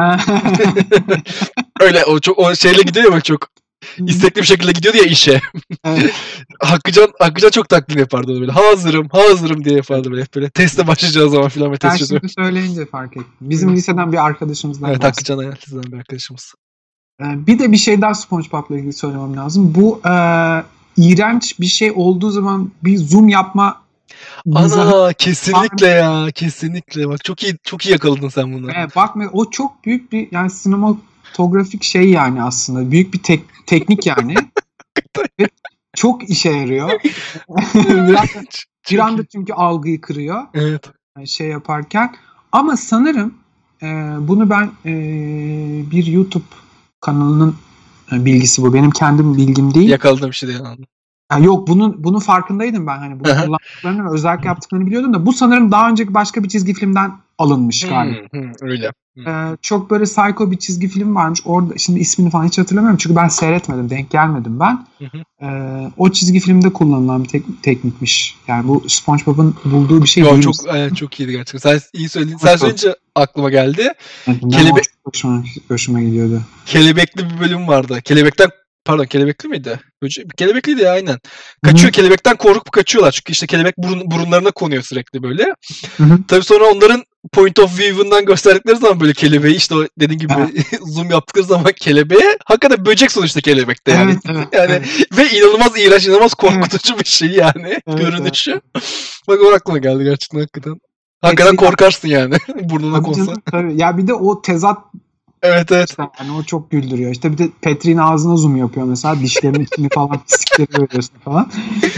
B: Öyle o çok o şeyle gidiyor ya bak çok istekli bir şekilde gidiyordu ya işe.
C: Evet.
B: Hakkıcan Hakkıcan çok taklidi yapardı onu böyle. Hazırım, hazırım diye yapardı böyle hep böyle. Teste başlayacağı zaman filan ve
C: Ben
B: test çözüyor.
C: şimdi söyleyince fark ettim. Bizim
B: Hı.
C: liseden bir arkadaşımızdan
B: Evet
C: bahsediyor.
B: Hakkıcan Hayatlı'dan bir arkadaşımız.
C: Ee, Bir de bir şey daha SpongeBob'la ilgili söylemem lazım. Bu e, iğrenç bir şey olduğu zaman bir zoom yapma mizahı.
B: Ana kesinlikle ya kesinlikle. Bak çok iyi çok iyi yakaladın sen bunu.
C: E, bakma o çok büyük bir yani sinematografik şey yani aslında. Büyük bir tek, teknik yani. Ve çok işe yarıyor. bir anda,
B: Çok
C: bir anda
B: iyi.
C: çünkü algıyı kırıyor.
B: Evet.
C: Yani şey yaparken. Ama sanırım e, bunu ben e, bir YouTube kanalının e, bilgisi bu. Benim kendim bilgim değil.
B: Yakaladığım bir şey değil anladım.
C: Yani yok bunun bunun farkındaydım ben. Hani bunu
B: Aha.
C: kullandıklarını ve özellikle yaptıklarını biliyordum da bu sanırım daha önceki başka bir çizgi filmden alınmış galiba.
B: Hmm, hmm, öyle. Hmm.
C: Ee, çok böyle psycho bir çizgi film varmış. Orada şimdi ismini falan hiç hatırlamıyorum çünkü ben seyretmedim, denk gelmedim ben.
B: Hı hı.
C: Ee, o çizgi filmde kullanılan bir tek- teknikmiş. Yani bu SpongeBob'un bulduğu bir şey
B: Yo,
C: değil.
B: çok evet, çok iyiydi gerçekten. Sen iyi söyledin. Sen
C: Çok-
B: söyleyince aklıma geldi.
C: Yani ben
B: kelebek-
C: o çok hoşuma, hoşuma gidiyordu.
B: Kelebekli bir bölüm vardı. Kelebekten pardon kelebekli miydi? Böce- Kelebekliydi ya aynen. Kaçıyor kelebekten korkup kaçıyorlar. Çünkü işte kelebek burun, burunlarına konuyor sürekli böyle.
C: Hı hı.
B: Tabii sonra onların point of view'undan gösterdikleri zaman böyle kelebeği işte o dediğin gibi zoom yaptıkları zaman kelebeğe hakikaten böcek sonuçta kelebekte yani.
C: Evet, evet,
B: yani
C: evet.
B: ve inanılmaz iğrenç, inanılmaz korkutucu bir şey yani görünüşü. Bak o aklıma geldi gerçekten hakikaten. Hakikaten
C: Etkili-
B: korkarsın yani burnuna
C: Tabii
B: konsa.
C: canım, tabii. Ya bir de o tezat
B: Evet evet.
C: işte yani o çok güldürüyor. İşte bir de Petri'nin ağzına zoom yapıyor mesela. Dişlerinin içini falan pislikleri görüyorsun falan.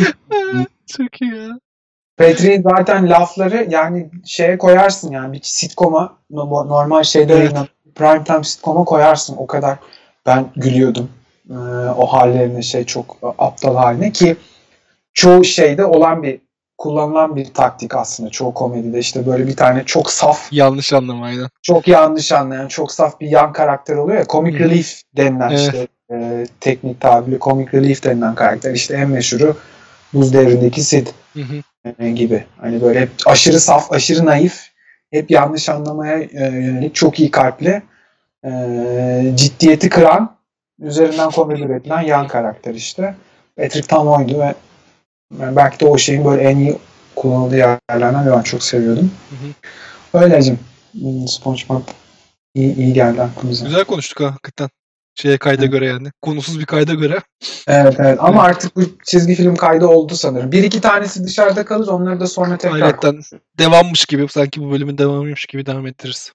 B: Çok iyi ya.
D: Petri'nin zaten lafları yani şeye koyarsın yani bir sitcom'a no- normal şeyde
B: Evet.
D: yayınlanan prime time sitcom'a koyarsın. O kadar ben gülüyordum. Ee, o hallerine şey çok aptal haline ki çoğu şeyde olan bir kullanılan bir taktik aslında çoğu komedide işte böyle bir tane çok saf
B: Yanlış anlama aynen.
D: çok yanlış anlayan çok saf bir yan karakter oluyor ya comic
B: Hı.
D: relief denilen
B: Evet.
D: işte e, teknik tabiri comic relief denilen karakter işte en meşhuru Buz Devri'ndeki Sid
B: Hı hı.
D: e, gibi. Hani böyle hep aşırı saf, aşırı naif, hep yanlış anlamaya e, yönelik çok iyi kalpli, e, ciddiyeti kıran, üzerinden komedi üretilen yan karakter işte. Patrick tam oydu ve yani belki de o şeyin böyle en iyi kullanıldığı yerlerden ve ben çok seviyordum.
B: Hı hı.
D: Öyleyim. SpongeBob iyi, iyi geldi aklımıza.
B: Güzel konuştuk ha hakikaten. Şeye kayda
D: Evet.
B: göre yani. Konusuz bir kayda göre.
D: Evet evet ama artık bu çizgi film kaydı oldu sanırım. Bir iki tanesi dışarıda kalır onları da sonra tekrar
B: Hayretten devammış gibi sanki bu bölümün devamıymış gibi devam ettiririz.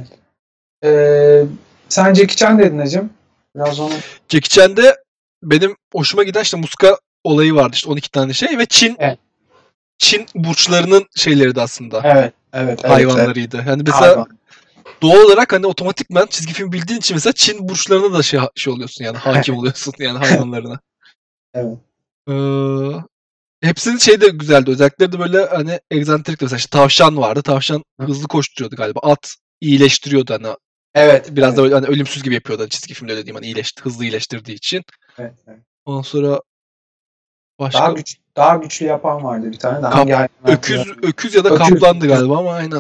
D: Ee, sen Jackie Chan dedin hacım. Biraz onu...
B: Jackie Chan'de benim hoşuma giden işte muska olayı vardı işte on iki tane şey ve Çin
D: Evet.
B: Çin burçlarının şeyleri de aslında.
D: Evet, evet, evet.
B: Hayvanlarıydı. Yani mesela
D: Hayvan.
B: doğal olarak hani otomatikman çizgi film bildiğin için mesela Çin burçlarına da şey, şey oluyorsun yani hakim oluyorsun yani hayvanlarına.
D: Evet.
B: Ee, hepsinin şey de güzeldi. Özellikleri de böyle hani egzantrikti. Mesela işte tavşan vardı. Tavşan
D: Hı.
B: hızlı koşturuyordu galiba. At iyileştiriyordu hani.
D: Evet.
B: Biraz
D: evet,
B: da böyle hani ölümsüz gibi yapıyordu. Hani çizgi filmde dediğim hani iyileşti, hızlı iyileştirdiği için.
D: evet, evet.
B: Ondan sonra başka
D: Daha güç daha güçlü yapan vardı bir tane. Daha
B: Kap-
D: hangi hayvan?
B: öküz öküz ya da
D: Öküz.
B: kaplandı galiba ama aynen.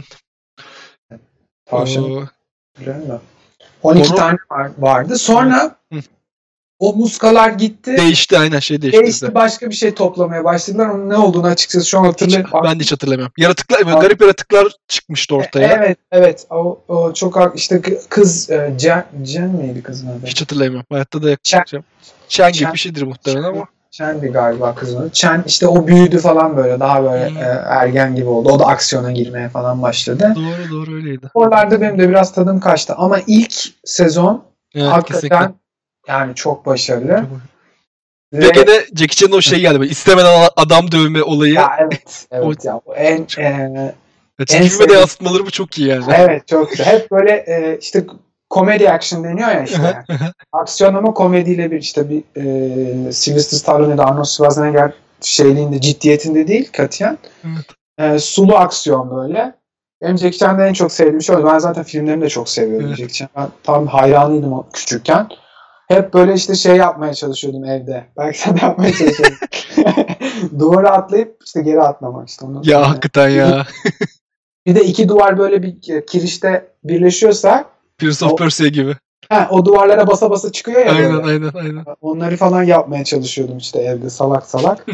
D: Tavşan.
B: Ee,
D: Biliyorum da. on iki
B: Onu-
D: tane var, vardı. Sonra
B: Hı.
D: o muskalar gitti.
B: değişti aynen şey değişti.
D: Değişti
B: bizde.
D: başka bir şey toplamaya başladılar. Onun ne olduğunu açıkçası şu an
B: Hiç,
D: hatırlayamıyorum.
B: ben de hiç hatırlamıyorum. Yaratıklar, böyle
D: Abi-
B: garip yaratıklar çıkmıştı ortaya.
D: Evet, evet. O, o çok işte kız e, Jen, Jen miydi kızın adı?
B: Hiç hatırlamıyorum. Hayatta da
D: Chen.
B: yaklaşacağım. Chen gibi
D: Chen-
B: bir şeydir muhtemelen ama.
D: Chen'di galiba kızın adı. Chen işte o büyüdü falan böyle daha böyle
B: Hmm.
D: e, ergen gibi oldu. O da aksiyona girmeye falan başladı.
B: Doğru doğru öyleydi.
D: Oralarda benim de biraz tadım kaçtı ama ilk sezon
B: Evet
D: hakikaten
B: kesinlikle.
D: yani çok başarılı.
B: Çok- Ve gene Jackie Chan'ın o şey geldi böyle istemeden adam dövme olayı.
D: ya evet evet ya bu en e,
B: Ya çizgi filme de
D: sevdiğim-
B: yansıtmaları bu çok iyi yani.
D: evet çok güzel. Hep böyle e, işte komedi action deniyor ya işte. Aksiyon ama komediyle bir işte bir e, Sylvester Stallone ya da Arnold Schwarzenegger şeyliğinde ciddiyetinde değil katiyen.
B: Evet.
D: E, sulu aksiyon böyle. Benim Jackie Chan'da en çok sevdiğim şey oydu. Ben zaten filmlerini de çok seviyordum
B: Evet.
D: Jackie Chan. Ben tam hayranıydım o küçükken. Hep böyle işte şey yapmaya çalışıyordum evde. Belki sen de yapmaya çalışıyordun. Duvara atlayıp işte geri atlamak işte. Onu,
B: Ya hakikaten ya.
D: Bir de iki duvar böyle bir kirişte birleşiyorsa
B: Prince of
D: O-
B: Persia gibi.
D: he, o duvarlara basa basa çıkıyor ya
B: Aynen
D: böyle.
B: aynen aynen.
D: Onları falan yapmaya çalışıyordum işte evde salak salak.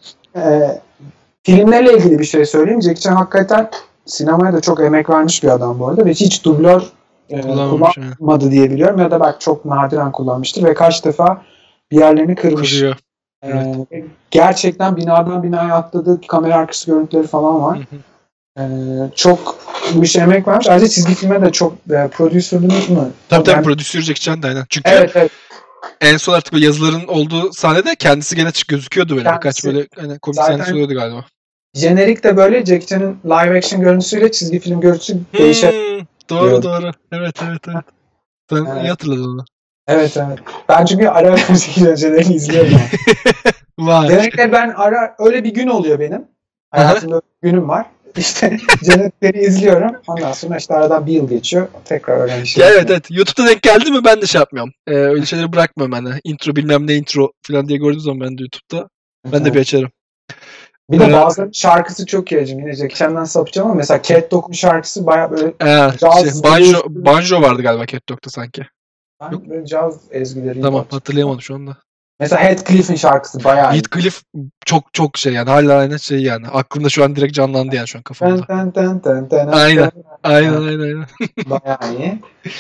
D: ee, filmlerle ilgili bir şey söyleyeyim. Jackie Chan hakikaten sinemaya da çok emek vermiş bir adam bu arada ve hiç dublör e,
B: Kullanmamış, evet.
D: kullanmadı diye biliyorum ya da belki çok nadiren kullanmıştır ve kaç defa bir yerlerini kırmış.
B: Kırıyor.
D: Ee, gerçekten binadan binaya atladığı kamera arkası görüntüleri falan var.
B: Hı hı.
D: Ee, çok bu işe emek vermiş. Ayrıca çizgi filme de çok e, prodüsörünüz mü?
B: Tabii tabii
D: Yani-
B: prodüsör Jackie Chan da aynen. Çünkü
D: Evet evet.
B: en son artık böyle yazıların olduğu sahnede kendisi gene çık gözüküyordu böyle. Birkaç
D: Kendisi-
B: böyle hani komik
D: Zaten-
B: sahnesi oluyordu galiba.
D: Jenerik de böyle Jackie Chan'ın live action görüntüsüyle çizgi film görüntüsü değişer.
B: Hmm, doğru
D: Diyor.
B: doğru. Evet evet evet. Sen
D: Evet.
B: iyi hatırladın onu.
D: Evet evet. Ben çünkü ara ara Jackie Chan'ı izliyorum. Yani.
B: Vay.
D: Genellikle ben ara öyle bir gün oluyor benim. Hayatımda bir günüm var. İşte jenerikleri izliyorum. Ondan sonra işte aradan bir yıl geçiyor. Tekrar öyle bir şey.
B: Ya evet evet. YouTube'da denk geldi mi ben de şey yapmıyorum. Ee, öyle şeyleri bırakmıyorum hani. Intro bilmem ne intro falan diye gördüğüm zaman ben de YouTube'da. Ben de bir açarım.
D: Bir de
B: Ee,
D: bazı şarkısı çok iyi acım. Yine Jackie Chan'dan sapacağım ama mesela Cat Dog'un şarkısı baya böyle
B: Ee,
D: Caz-
B: şey, banjo, banjo vardı galiba Cat Dog'da sanki.
D: ben
B: Yok.
D: böyle caz ezgileri.
B: Tamam hatırlayamadım şu anda.
D: Mesela Heathcliff'in şarkısı bayağı iyi.
B: Heathcliff çok çok şey yani hala aynı şey yani. Aklımda şu an direkt canlandı yani şu an kafamda.
D: Ten, ten, ten, ten, ten,
B: Aynen.
D: ten.
B: Aynen aynen aynen.
D: Bayağı iyi.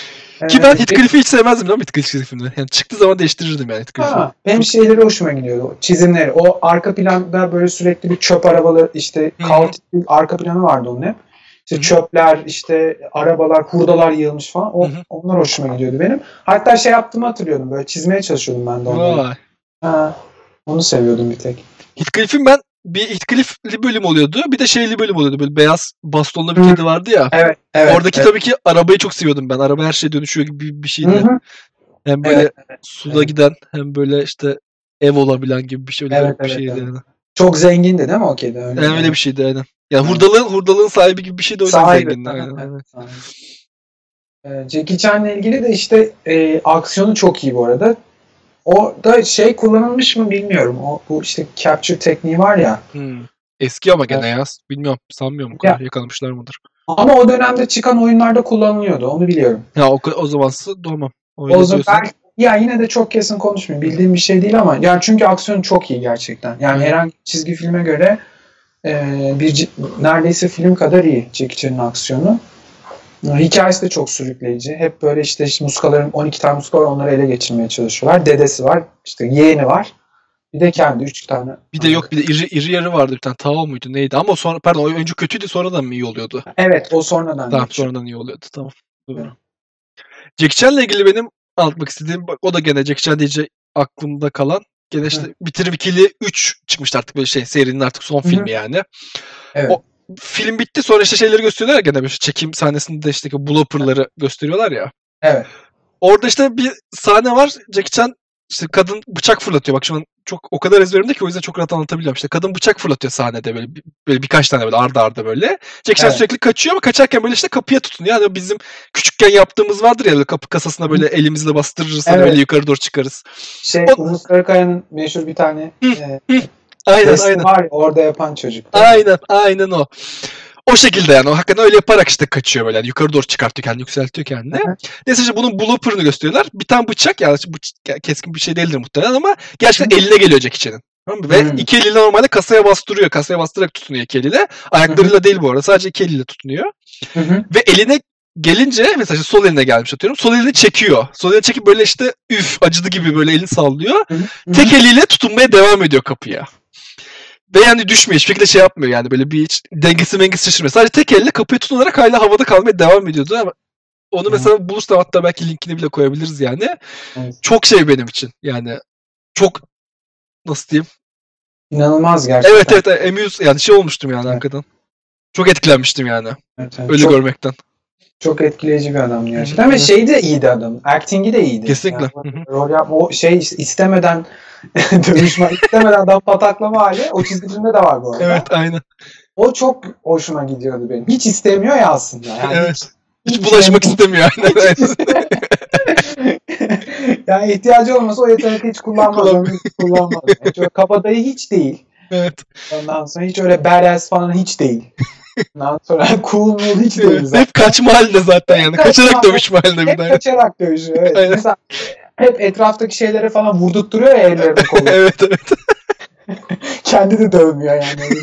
B: Ki ben
D: Ee,
B: Heathcliff'i hiç sevmezdim lan Heathcliff çizgi filmde. Yani çıktığı zaman değiştirirdim yani Heathcliff'i.
D: Ha, benim şeyleri hoşuma gidiyordu. O çizimleri. O arka planda böyle sürekli bir çöp arabaları işte
B: Hı hı.
D: kaotik bir arka planı vardı onun hep. İşte
B: Hı hı.
D: çöpler, işte arabalar, hurdalar yığılmış falan. O,
B: Hı hı.
D: onlar hoşuma gidiyordu benim. Hatta şey yaptığımı hatırlıyordum. Böyle çizmeye çalışıyordum ben de onları.
B: Vay.
D: Ha, onu seviyordum bir tek.
B: Heathcliff'in ben bir Heathcliff'li bölüm oluyordu. Bir de şeyli bölüm oluyordu. Böyle beyaz bastonlu bir
D: Hı.
B: kedi vardı ya.
D: Evet, evet.
B: Oradaki
D: evet.
B: tabii ki arabayı çok seviyordum ben. Araba her şeye dönüşüyor gibi bir, bir
D: Hı
B: şeydi.
D: hı.
B: Hem böyle
D: Evet,
B: suda
D: evet.
B: giden hem böyle işte ev olabilen gibi bir şey. Öyle
D: Evet,
B: garip bir
D: evet,
B: şeydi
D: evet.
B: yani.
D: Çok zengindi değil mi o kedi? Öyle,
B: Yani öyle bir şeydi aynen. Yani hurdalığın, hurdalığın sahibi gibi bir şeydi o yüzden
D: Sahibi.
B: zengindi.
D: Aha,
B: Aynen,
D: evet,
B: aynen.
D: sahibi. Ee, Jackie Chan'la ilgili de işte e, aksiyonu çok iyi bu arada. Orada şey kullanılmış mı bilmiyorum. O bu işte capture tekniği var ya.
B: Hmm. Eski ama gene ya. Bilmiyorum. Sanmıyorum bu kadar. Yakalamışlar mıdır?
D: Ama o dönemde çıkan oyunlarda kullanılıyordu. Onu biliyorum.
B: Ya o, o zamansı doğmam. Öyle
D: O zaman
B: diyorsan.
D: belki, ya yine de çok kesin konuşmayayım. Bildiğim bir şey değil ama yani çünkü aksiyonu çok iyi gerçekten. Yani
B: Hı.
D: herhangi bir çizgi filme göre e, bir ci- neredeyse film kadar iyi Jackie Chan'ın aksiyonu. Hikayesi de çok sürükleyici. Hep böyle işte, işte muskaların on iki tane muska var, onları ele geçirmeye çalışıyorlar. Dedesi var, işte yeğeni var. Bir de kendi üç tane.
B: Bir de yok bir de iri, iri yarı vardı bir tane. Tao muydu neydi? Ama sonra pardon o önce kötüydü sonradan mı iyi oluyordu?
D: Evet, o sonradan
B: Tamam
D: geçiyor.
B: sonradan iyi oluyordu. Tamam. Doğru.
D: Evet.
B: Jackie Chan'la ilgili benim anlatmak istediğim bak o da gene Jackie Chan deyince aklımda kalan gene işte
D: Hı.
B: Bitir Vikili üç çıkmıştı artık böyle şey serinin artık son
D: Hı hı.
B: filmi yani.
D: Evet.
B: O- Film bitti sonra işte şeyleri gösteriyorlar ya gene böyle çekim sahnesinde işte blooper'ları gösteriyorlar ya.
D: Evet.
B: Orada işte bir sahne var. Jackie Chan işte kadın bıçak fırlatıyor. Bak şu an çok o kadar ezberimde ki o yüzden çok rahat anlatabiliyorum. İşte kadın bıçak fırlatıyor sahnede böyle bir- böyle birkaç tane böyle arda arda böyle. Jackie Chan
D: Evet.
B: sürekli kaçıyor ama kaçarken böyle işte kapıya tutunuyor. Yani bizim küçükken yaptığımız vardır ya böyle kapı kasasına böyle elimizle bastırırız hani
D: Evet.
B: böyle yukarı doğru çıkarız.
D: Şey,
B: O-
D: Umut Sarıkaya'nın meşhur bir tane
B: Hı,
D: e,
B: Aynen
D: resmi
B: aynen.
D: var ya, orada yapan çocuk.
B: Aynen aynen o. O şekilde yani o hakikaten öyle yaparak işte kaçıyor böyle yani yukarı doğru çıkartıyor kendini yükseltiyor kendini.
D: Hı hı.
B: Neyse işte bunun blooper'ını gösteriyorlar. Bir tane bıçak yani bu keskin bir şey değildir muhtemelen ama gerçekten eline geliyor Jackie Chan'ın. Tamam mı? Ve
D: Hı.
B: iki eliyle normalde kasaya bastırıyor. Kasaya bastırarak tutunuyor iki eliyle. Ayaklarıyla değil bu arada sadece iki eliyle tutunuyor.
D: Hı hı.
B: Ve eline gelince mesela işte sol eline gelmiş atıyorum. Sol elini çekiyor. Sol elini çekip böyle işte üf acıdı gibi böyle elini sallıyor.
D: Hı-hı.
B: Tek eliyle tutunmaya devam ediyor kapıya. Ve yani düşmüyor. Hiçbir şekilde şey yapmıyor yani böyle bir hiç dengesi mengesi şaşırmıyor. Sadece tek elle kapıya tutunarak hala havada kalmaya devam ediyordu ama onu mesela bulursam hatta belki linkini bile koyabiliriz yani.
D: Evet.
B: Çok şey benim için. Yani çok nasıl diyeyim?
D: İnanılmaz gerçekten.
B: Evet evet, evet amuse yani şey olmuştum yani
D: evet.
B: hakikaten. Çok etkilenmiştim yani.
D: Evet, evet.
B: Öyle
D: çok,
B: görmekten.
D: Çok etkileyici bir adam gerçekten. Ve şey de iyiydi adam. Acting'i de iyiydi.
B: Kesinlikle.
D: Yani, rol yapma, o şey istemeden dövüşme, istemeden adam pataklama hali o çizgi filmde de var bu arada.
B: Evet aynen.
D: O çok hoşuma gidiyordu benim. Hiç istemiyor ya aslında. Yani
B: evet.
D: Hiç,
B: hiç bulaşmak
D: hiç
B: istemiyor. Aynen.
D: yani ihtiyacı olmasa o yeteneği hiç kullanmaz.
B: Kullanmıyor.
D: Hiç kullanmaz. Yani şöyle kabadayı hiç değil.
B: Evet.
D: Ondan sonra hiç öyle badass falan hiç değil. Ondan sonra cool mu hiç değil
B: Evet.
D: zaten.
B: Hep kaçma halinde zaten yani.
D: Hep
B: Kaçarak
D: kaçma,
B: dövüşme halinde bir
D: Hep
B: de.
D: kaçarak dövüşüyor. Evet.
B: Aynen.
D: Mesela hep etraftaki şeylere falan vurdurtturuyor ya ellerini kolunu.
B: evet evet.
D: Kendi de dövmüyor yani.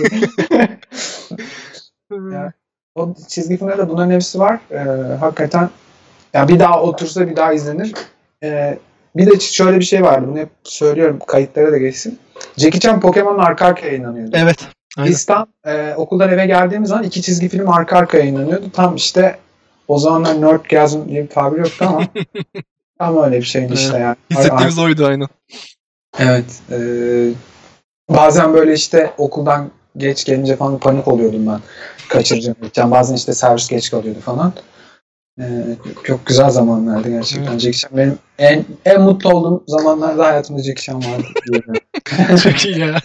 D: yani. O çizgi filmlerde bunların hepsi var. Ee, hakikaten yani bir daha otursa bir daha izlenir. Ee, bir de şöyle bir şey vardı. Bunu hep söylüyorum. Kayıtlara da geçsin. Jackie Chan Pokemon'un arka arkaya yayınlanıyordu.
B: Evet. Aynen.
D: Biz tam e, okuldan eve geldiğimiz zaman iki çizgi film arka arkaya yayınlanıyordu. Tam işte o zamanlar nerdgasm diye bir tabir yoktu ama tam öyle bir şeydi işte
B: Evet.
D: yani.
B: Hissettiğimiz oydu aynen.
D: Evet. E, bazen böyle işte okuldan geç gelince falan panik oluyordum ben. Kaçıracağım. Yani bazen işte servis geç kalıyordu falan. E, çok güzel zamanlardı gerçekten.
B: Evet.
D: Jackie Chan benim en en mutlu olduğum zamanlarda hayatımda Jackie Chan vardı diyebilirim.
B: Çok iyi ya.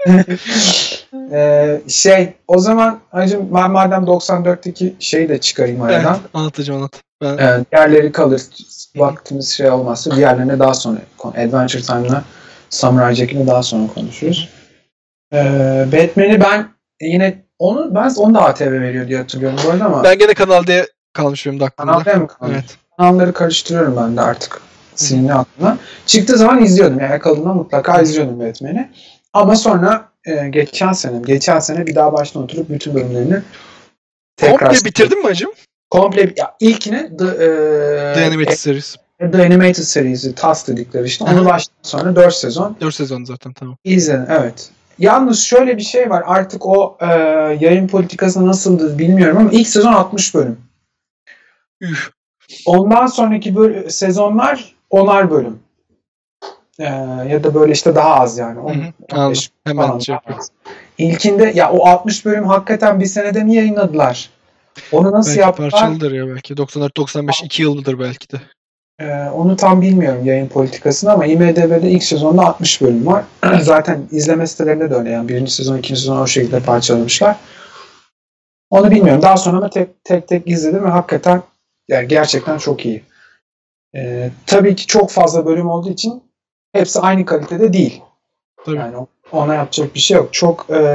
D: ee, şey o zaman hacım ben madem doksan dörtteki şeyi de çıkarayım aradan.
B: Evet, anlatacağım anlat. Ben...
D: Ee, diğerleri kalır. Vaktimiz şey olmazsa diğerlerine daha sonra Adventure Time'la Samurai Jack'ini daha sonra konuşuruz. Ee, Batman'i ben yine onu ben onu da A T V veriyor diye hatırlıyorum bu arada ama
B: Ben gene Kanal D kalmış benim de aklımda.
D: Kanal D mi kalmış?
B: Evet.
D: Kanalları karıştırıyorum ben de artık. Silindi aklımda. Çıktığı zaman izliyordum. Yani yakaladığımda mutlaka izliyordum Batman'i. Ama sonra e, geçen sene, geçen sene bir daha baştan oturup bütün bölümlerini tekrar...
B: Komple bitirdin mi hacım?
D: Komple, ya ilkini The, e,
B: The Animated Series.
D: The Animated Series'i, T A S dedikleri işte. Onu baştan sonra dört sezon.
B: dört sezon zaten tamam.
D: İzledim, evet. Yalnız şöyle bir şey var. Artık o e, yayın politikası nasıldı bilmiyorum ama ilk sezon altmış bölüm.
B: Üf.
D: Ondan sonraki böl- sezonlar onar bölüm. Ee, ya da böyle işte daha az yani. on,
B: Anladım. Hemen
D: falan.
B: şey yapıyorum.
D: İlkinde ya o altmış bölüm hakikaten bir senede mi yayınladılar? Onu nasıl
B: Belki
D: yaptılar?
B: parçalıdır ya belki. doksan dört doksan beş iki yıldır belki de.
D: Ee, onu tam bilmiyorum yayın politikasını ama IMDb'de ilk sezonda altmış bölüm var. Zaten izleme sitelerinde de öyle yani. Birinci sezon, ikinci sezon o şekilde parçalamışlar. Onu bilmiyorum. Daha sonra da tek tek, tek izledim ve hakikaten yani gerçekten çok iyi. Ee, tabii ki çok fazla bölüm olduğu için hepsi aynı kalitede değil.
B: Tabii.
D: Yani ona yapacak bir şey yok. Çok e,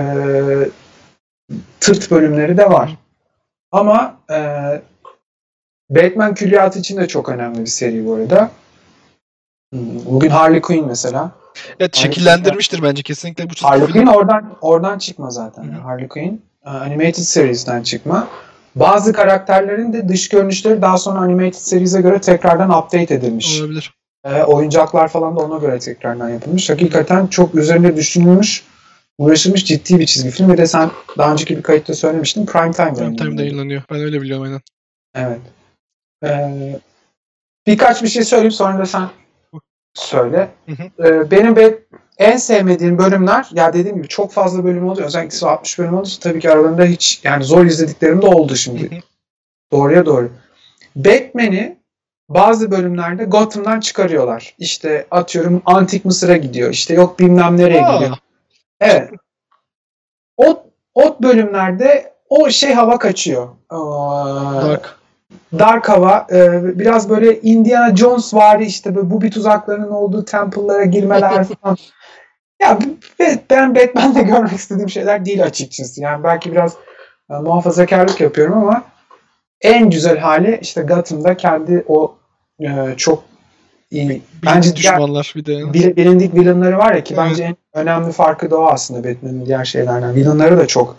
D: tırt bölümleri de var. Ama e, Batman külliyatı için de çok önemli bir seri bu arada. Bugün Harley Quinn mesela.
B: Evet, şekillendirmiştir bence kesinlikle bu çizgi
D: Harley
B: film.
D: Quinn oradan oradan çıkma zaten.
B: Hı-hı.
D: Harley Quinn Animated Series'ten çıkma. Bazı karakterlerin de dış görünüşleri daha sonra Animated Series'e göre tekrardan update edilmiş.
B: Olabilir.
D: E, oyuncaklar falan da ona göre tekrardan yapılmış. Hakikaten çok üzerinde düşünülmüş, uğraşılmış ciddi bir çizgi film. Ve de sen daha önceki bir kayıtta söylemiştin. Prime Time'da
B: Prime Time'da yayınlanıyor. Ben öyle biliyorum aynen.
D: Evet. Ee, birkaç bir şey söyleyeyim sonra da sen söyle.
B: Hı hı.
D: Ee, benim be, en sevmediğim bölümler ya dediğim gibi çok fazla bölüm oldu. Özellikle altmış bölüm olduğu için tabii ki aralarında hiç yani zor izlediklerim de oldu şimdi.
B: Hı hı.
D: Doğruya doğru. Batman'i bazı bölümlerde Gotham'dan çıkarıyorlar. İşte atıyorum Antik Mısır'a gidiyor. İşte yok bilmem nereye
B: Aa.
D: gidiyor. Evet. O, o bölümlerde o şey hava kaçıyor. Aa,
B: Dark.
D: Dark hava. E, biraz böyle Indiana Jones vari işte böyle bu bir tuzaklarının olduğu temple'lara girmeler falan. Ya ben Batman'de görmek istediğim şeyler değil açıkçası. Yani belki biraz e, muhafazakarlık yapıyorum ama en güzel hali işte Gotham'da kendi o e, çok iyi. Bence
B: düşmanlar bir de.
D: Bil, bilindik villainları var ya ki
B: Evet.
D: bence en önemli farkı da o aslında Batman'in diğer şeylerden. Villainları da çok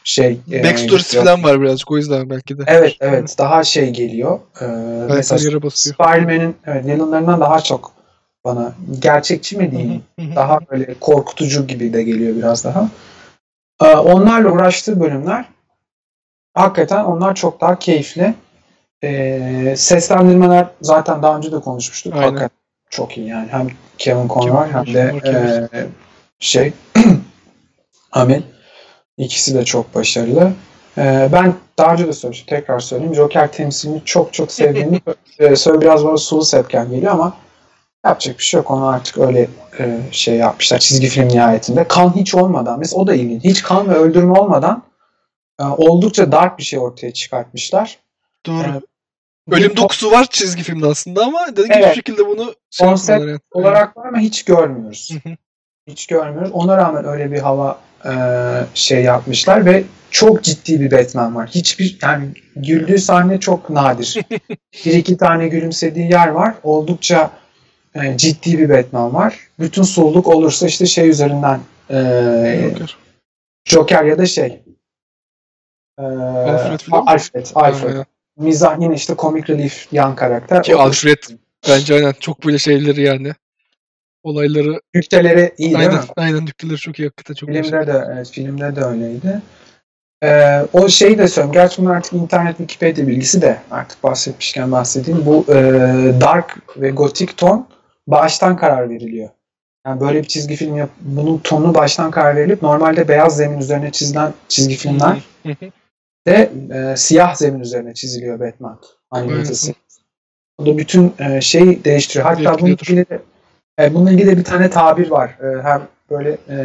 D: şey e,
B: Backstory'si
D: geliyor.
B: falan var birazcık o yüzden belki de.
D: Evet evet daha şey geliyor. Ee,
B: Ayakları
D: mesela
B: yere basıyor.
D: Spider-Man'in evet, villainlarından daha çok bana gerçekçi mi diyeyim? Daha böyle korkutucu gibi de geliyor biraz daha. Ee, onlarla uğraştığı bölümler hakikaten onlar çok daha keyifli. Ee, seslendirmeler zaten daha önce de konuşmuştuk.
B: Aynen.
D: Hakikaten çok iyi yani. Hem Kevin Conroy hem de
B: Mark Hamill.
D: e, şey Hamill. İkisi de çok başarılı. Ee, ben daha önce de söylemiştim. Tekrar söyleyeyim. Joker temsilini çok çok sevdiğimi e, söyle biraz bana sulu sepken geliyor ama yapacak bir şey yok. Onu artık öyle e, şey yapmışlar. Çizgi film nihayetinde. Kan hiç olmadan. Mesela o da ilginç. Hiç kan ve öldürme olmadan e, oldukça dark bir şey ortaya çıkartmışlar.
B: Doğru.
D: Ee,
B: Ölüm
D: bir
B: dokusu var çizgi filmde aslında ama dediğim gibi
D: Evet.
B: hiçbir şekilde bunu şey
D: konsept
B: yapmıyorlar yani.
D: olarak var ama hiç görmüyoruz.
B: Hı hı.
D: Hiç görmüyoruz. Ona rağmen öyle bir hava e, şey yapmışlar ve çok ciddi bir Batman var. Hiçbir yani güldüğü sahne çok nadir. Bir iki tane gülümsediği yer var. Oldukça e, ciddi bir Batman var. Bütün sululuk olursa işte şey üzerinden e,
B: Joker.
D: Joker ya da şey e,
B: Alfred falan mı?
D: Alfred. Alfred.
B: Aynen.
D: Mizah yine işte comic relief yan karakter.
B: Ki
D: O-
B: Alfred bence aynen çok böyle şeyleri yani. Olayları
D: Nükteleri iyi değil
B: aynen
D: mi?
B: aynen nükleleri çok iyi hakikaten çok iyi.
D: Filmde de evet, filmde de öyleydi. Ee, o şeyi de söyleyeyim. Gerçi bunun artık internet Wikipedia bilgisi de artık bahsetmişken bahsedeyim. Bu e, dark ve gotik ton baştan karar veriliyor. Yani böyle bir çizgi film yap, bunun tonunu baştan karar verilip normalde beyaz zemin üzerine çizilen çizgi filmler
B: Hı hı.
D: de e, siyah zemin üzerine çiziliyor Batman animatesi. O da bütün e, şeyi değiştiriyor. Hatta bununla
B: Etkiliyordur.
D: ilgili de, e, bununla ilgili de bir tane tabir var. E, hem böyle e,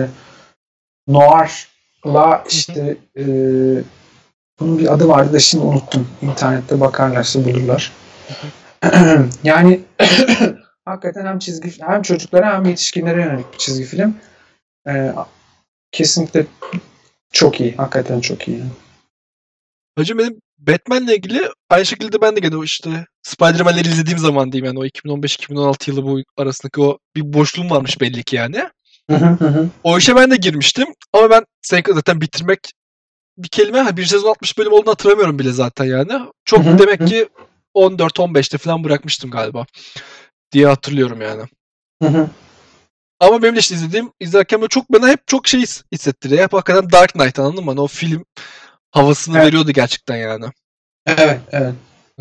D: noir'la işte e, bunun bir adı vardı da şimdi unuttum. İnternette bakarlarsa bulurlar. Yani hakikaten hem çizgi hem çocuklara hem yetişkinlere yönelik bir çizgi film. E, kesinlikle çok iyi. Hakikaten çok iyi.
B: Hacı benim Batman'le ilgili aynı şekilde ben de gene o işte Spider-Man'leri izlediğim zaman diyeyim yani o iki bin on beş iki bin on altı yılı bu arasındaki o bir boşluğum varmış belli ki yani.
D: Hı hı hı hı.
B: O işe ben de girmiştim ama ben sen zaten bitirmek bir kelime ha bir sezon altmış bölüm olduğunu hatırlamıyorum bile zaten yani. Çok
D: Hı hı,
B: demek
D: hı.
B: ki on dört on beşte falan bırakmıştım galiba diye hatırlıyorum yani.
D: Hı hı.
B: Ama benim de işte izlediğim izlerken böyle çok bana hep çok şey his- hissettiriyor. Hep hakikaten Dark Knight anladın mı? Hani o film havasını
D: Evet.
B: veriyordu gerçekten yani.
D: Evet, evet.
B: Ee,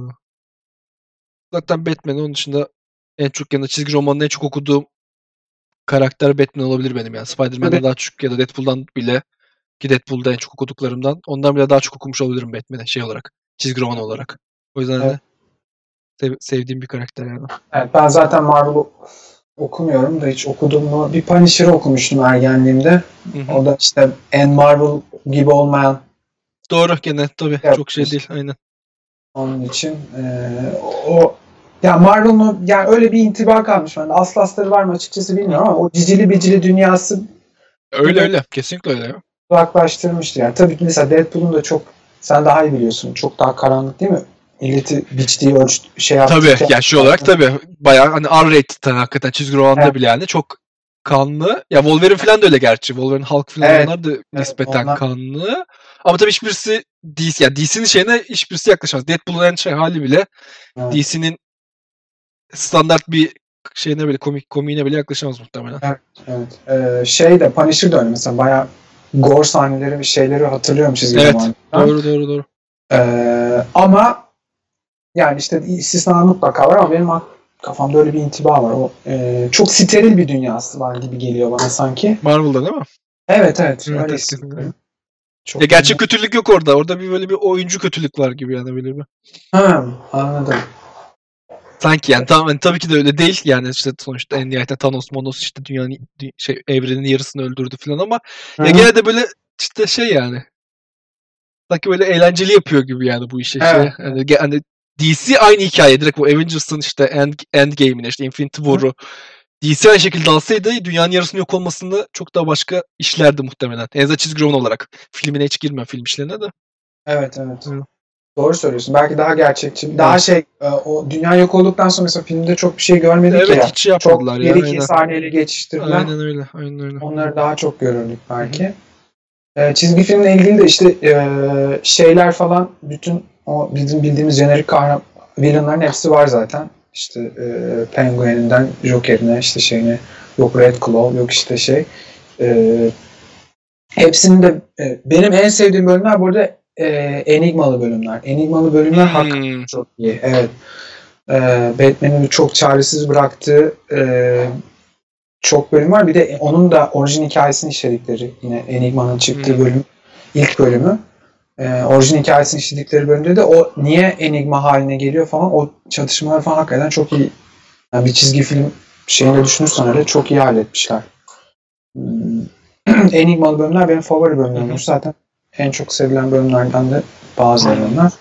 B: zaten Batman onun dışında en çok yanında çizgi romanını en çok okuduğum karakter Batman olabilir benim yani. Spider-Man'den
D: Tabii.
B: daha çok ya da Deadpool'dan bile ki Deadpool'da en çok okuduklarımdan ondan bile daha çok okumuş olabilirim Batman'e şey olarak. Çizgi roman olarak. O yüzden
D: Evet.
B: de sev- sevdiğim bir karakter yani.
D: Evet, ben zaten Marvel okumuyorum da hiç okudum mu? Bir Punisher'ı okumuştum ergenliğimde.
B: Hı hı.
D: O da işte en Marvel gibi olmayan
B: Doğru gene tabii
D: Evet.
B: çok şey değil aynen.
D: onun için. Ee, o ya Marvel'ın yani öyle bir intiba kalmış bende. Aslı astarı var mı açıkçası bilmiyorum ama o cicili bicili dünyası
B: Öyle
D: Evet.
B: öyle kesinlikle öyle ya.
D: uzaklaştırmıştı. Yani tabii ki mesela Deadpool'un da çok sen daha iyi biliyorsun. Çok daha karanlık değil mi? İlleti biçtiği ölç şey yaptığı
B: Tabii ya şey olarak tabii bayağı hani R-rated hakikaten çizgi romanda
D: Evet.
B: bile yani çok kanlı. Ya Wolverine falan da öyle gerçi. Wolverine Hulk falan
D: Evet.
B: onlar da nispeten
D: onlar-
B: kanlı. Ama tabii hiçbirisi D C ya D C'nin şeyine hiçbirisi yaklaşamaz. Deadpool'un en şey hali bile
D: Evet.
B: D C'nin standart bir şeyine bile komik komiğine bile yaklaşamaz muhtemelen.
D: Evet. Ee, şey de Punisher de öyle mesela bayağı gore sahneleri bir şeyleri hatırlıyorum çizgi
B: Evet.
D: romandan.
B: Doğru doğru doğru.
D: Ee, ama yani işte istisnalar mutlaka var ama benim ak- kafamda öyle bir intiba var. O e, çok steril bir dünyası var gibi geliyor bana sanki.
B: Marvel'da değil mi?
D: Evet evet.
B: Evet,
D: öyle
B: evet,
D: hissediyorum. Çok
B: Ya gerçek kötülük yok orada. Orada bir böyle bir oyuncu kötülük var gibi yani böyle bir.
D: Ha, anladım.
B: Sanki yani tam, hani tabii ki de öyle değil yani işte sonuçta en nihayetinde Thanos Monos işte dünyanın dü- şey evrenin yarısını öldürdü falan ama
D: Hı
B: ya
D: hı.
B: gene de böyle işte şey yani sanki böyle eğlenceli yapıyor gibi yani bu işi
D: Evet.
B: şey hani, ge- hani D C aynı hikaye direkt bu Avengers'ın işte End, Endgame'ine işte Infinity War'u D C aynı şekilde alsaydı dünyanın yarısının yok olmasını çok daha başka işlerdi muhtemelen. En azından çizgi roman olarak. Filmine hiç girmem film işlerine de.
D: Evet evet.
B: Hı.
D: Doğru söylüyorsun. Belki daha gerçekçi. Daha
B: Evet.
D: şey e, o dünya yok olduktan sonra mesela filmde çok bir şey görmedik
B: Evet
D: ya.
B: hiç şey
D: Çok
B: yapmadılar
D: bir
B: ya.
D: iki
B: Aynen.
D: sahneyle geçiştirdiler.
B: Aynen öyle. Aynen öyle.
D: Onları daha çok görürdük belki. E, çizgi filmle ilgili de işte e, şeyler falan, bütün o bizim bildiğimiz jenerik kahraman villainların hepsi var zaten. İşte e, Penguin'inden Joker'ine, işte şeyine, yok Red Claw, yok işte şey. E, hepsinin de e, benim en sevdiğim bölümler bu arada e, Enigmalı bölümler. Enigmalı bölümler
B: Hmm.
D: hakikaten çok iyi. Evet. E, Batman'in çok çaresiz bıraktığı e, çok bölüm var. Bir de onun da orijin hikayesini işledikleri, yine Enigma'nın çıktığı
B: Hmm.
D: bölüm, ilk bölümü. Ee, orijin hikayesini işledikleri bölümde de o niye Enigma haline geliyor falan, o çatışmalar falan hakikaten çok iyi. Yani bir çizgi film şeyinde düşünürsen öyle çok iyi halletmişler. Hmm. Enigmalı bölümler benim favori bölümlerim.
B: Hı hı.
D: Zaten en çok sevilen bölümlerden de bazıları onlar.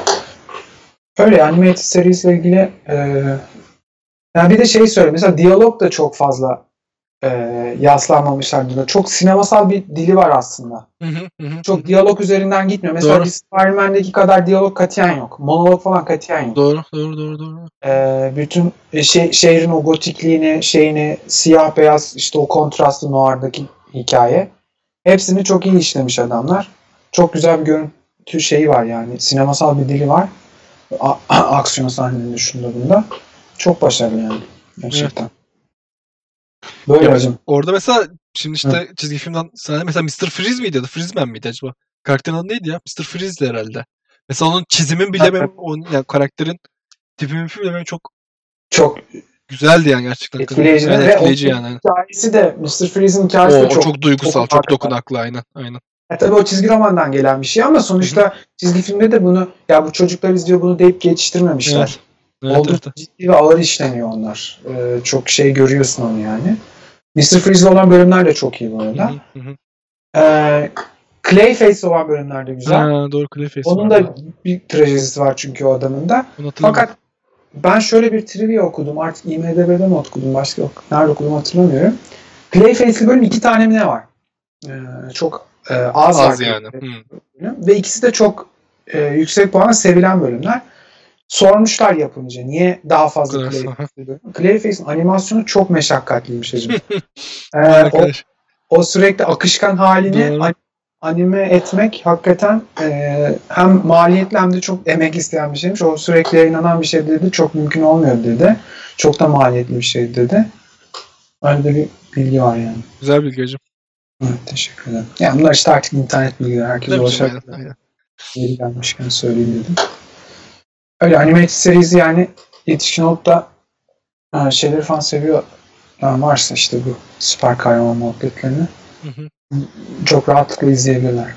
D: Öyle animated serisle ilgili e, yani bir de şey söyleyeyim. Mesela diyalog da çok fazla e, yaslanmamışlar. Burada. Çok sinemasal bir dili var aslında.
B: Hı hı, hı hı,
D: Çok
B: hı hı.
D: diyalog üzerinden gitmiyor. Mesela
B: Doğru.
D: bir Spider-Man'deki kadar diyalog katiyen yok. Monolog falan katiyen yok.
B: Doğru, doğru, doğru, doğru.
D: Ee, bütün şey, şehrin o gotikliğini, şeyini, siyah beyaz, işte o kontrastlı noir'daki hikaye. Hepsini çok iyi işlemiş adamlar. Çok güzel bir görüntü şeyi var yani. Sinemasal bir dili var. A- aksiyon sahnelerinde, şunda bunda. Çok başarılı yani. Gerçekten. Böyle
B: Ya
D: hacım.
B: orada mesela şimdi işte çizgi filmden sahne mesela mister Freeze miydi ya da Freezeman miydi acaba? Karakterin adı neydi ya? mister Freeze'di herhalde. Mesela onun çizimin bile benim, onun yani karakterin tipimin bile benim çok
D: Çok
B: güzeldi yani gerçekten.
D: etkileyici.
B: Yani
D: Ve
B: etkileyici
D: o
B: yani.
D: hikayesi de, mister Freeze'in hikayesi
B: O,
D: de
B: o
D: çok,
B: çok duygusal, çok
D: hakikaten.
B: dokunaklı aynen. Aynen.
D: E tabii o çizgi romandan gelen bir şey ama sonuçta
B: Hı
D: çizgi filmde de bunu, ya bu çocuklar izliyor bunu deyip geçiştirmemişler.
B: Evet. Evet,
D: Oldukça
B: evet.
D: ciddi ve ağır işleniyor onlar. Ee, çok şey görüyorsun onu yani. mister Freeze'le olan bölümler de çok iyi bu
B: Hı
D: arada.
B: hı, hı hı.
D: Ee, Clayface olan bölümler de güzel.
B: Ha, doğru, Clayface
D: Onun
B: vardı.
D: da bir trajedisi var çünkü o adamın da.
B: Onu hatırlamıyorum.
D: Fakat ben şöyle bir trivia okudum. Artık I M D B'de mi okudum? Başka yok. Nerede okudum hatırlamıyorum. Clayface'li bölüm iki tane mi ne var? Ee, çok e, az,
B: Az
D: var.
B: yani. Hı.
D: Ve ikisi de çok e, yüksek puanla sevilen bölümler. Sormuşlar yapımcı niye daha fazla
B: Bu kadar.
D: Clayface'li bölüm. Clayface'in animasyonu çok meşakkatliymiş hacım. ee, o,
B: Arkadaş.
D: o sürekli akışkan halini
B: Doğru.
D: an- anime etmek hakikaten e, hem maliyetli hem de çok emek isteyen bir şeymiş. O sürekli yayınlanan bir şey dedi. Çok mümkün olmuyor dedi. Çok da maliyetli bir şey dedi. Öyle de bir bilgi var yani.
B: Güzel bilgi hocam.
D: Evet, teşekkür ederim. Yani bunlar işte artık internet bilgileri. Herkes
B: Tabii canım,
D: ulaşabilir.
B: aynen, aynen.
D: Yeri gelmişken söyleyeyim dedim. Öyle animated serisi yani yetişkin olup da ha, şeyleri falan seviyor. Yani varsa işte bu süper kahraman muhabbetlerini
B: Hı hı.
D: çok rahatlıkla izleyebilirler.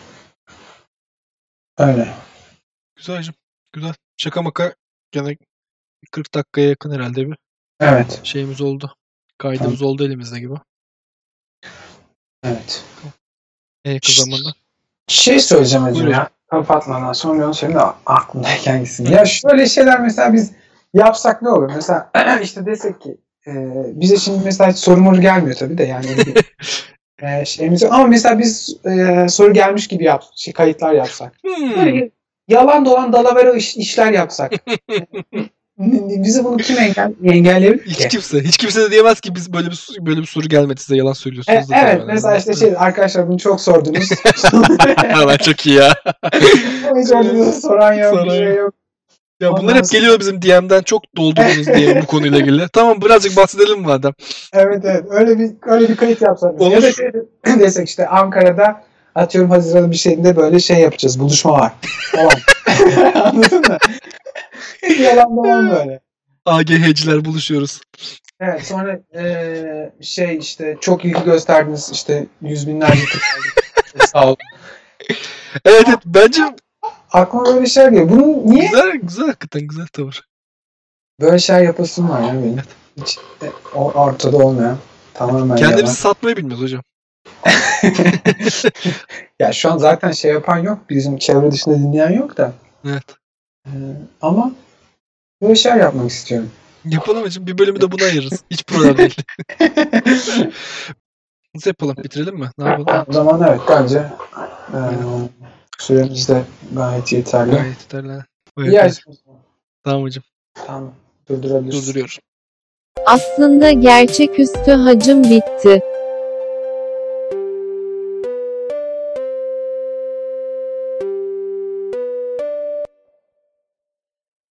D: Öyle.
B: Güzel hocam. Güzel. Şaka maka gene kırk dakikaya yakın herhalde bir
D: Evet.
B: şeyimiz oldu. Kaydımız oldu elimizde gibi.
D: Evet.
B: En yakın zamanda.
D: Şey söyleyeceğim hocam
B: Buyur
D: ya. Kapatmadan sonra onu söyleyeyim de aklımdayken gitsin. Ya şöyle şeyler mesela biz yapsak ne olur? Mesela işte desek ki e, bize şimdi mesela hiç soru moru gelmiyor tabii de yani bir, e, şeyimiz yok. Ama mesela biz e, soru gelmiş gibi yap, şey, kayıtlar yapsak.
B: Hmm.
D: Böyle yalan dolan dalavera iş, işler yapsak. Bizi bunu kim engel, engelleyebilir
B: Hiç
D: ki?
B: kimse. Hiç kimse de diyemez ki biz böyle bir böyle bir soru gelmedi size yalan
D: E,
B: söylüyorsunuz da.
D: evet mesela işte şey arkadaşlar bunu çok sordunuz.
B: Lan çok iyi ya.
D: Ama hiç orada soran yok,
B: Soran
D: bir şey
B: yok.
D: yok.
B: Ya bunlar
D: Ondan
B: hep geliyor bizim D M'den, çok doldurdunuz D M'yi bu konuyla ilgili. Tamam, birazcık bahsedelim madem.
D: Evet evet öyle bir öyle bir kayıt yapsak.
B: Olur.
D: Ya da şey desek işte Ankara'da atıyorum Haziran'ın bir şeyinde böyle şey yapacağız. Buluşma var. Tamam. Anladın mı? Yalan dolan böyle.
B: A G H'ciler buluşuyoruz.
D: Evet sonra eee, şey işte çok ilgi gösterdiniz işte yüz binlerce tıklandı. Sağ olun.
B: Evet evet, bence
D: Aklıma böyle şeyler geliyor. Bunun niye
B: güzel güzel hakikaten güzel tavır.
D: böyle şeyler yapasım var ya benim. Hiç e, o- ortada olmayan. Tamamen
B: Kendimizi
D: yalan.
B: satmayı bilmiyoruz hocam.
D: Ya şu an zaten şey yapan yok. Bizim çevre dışında dinleyen yok da.
B: Evet.
D: Ee, ama böyle şeyler yapmak istiyorum.
B: Yapalım hocam. Bir bölümü de buna ayırırız. Hiç problem değil. Nasıl yapalım? Bitirelim mi? Ne yapalım?
D: O zaman evet bence e, süremiz de gayet yeterli.
B: Gayet yeterli. Evet,
D: İyi
B: evet.
D: açtın.
B: Tamam hocam.
D: Tamam. Durdurabiliriz.
B: Durduruyoruz.
A: Aslında gerçeküstü hacım bitti.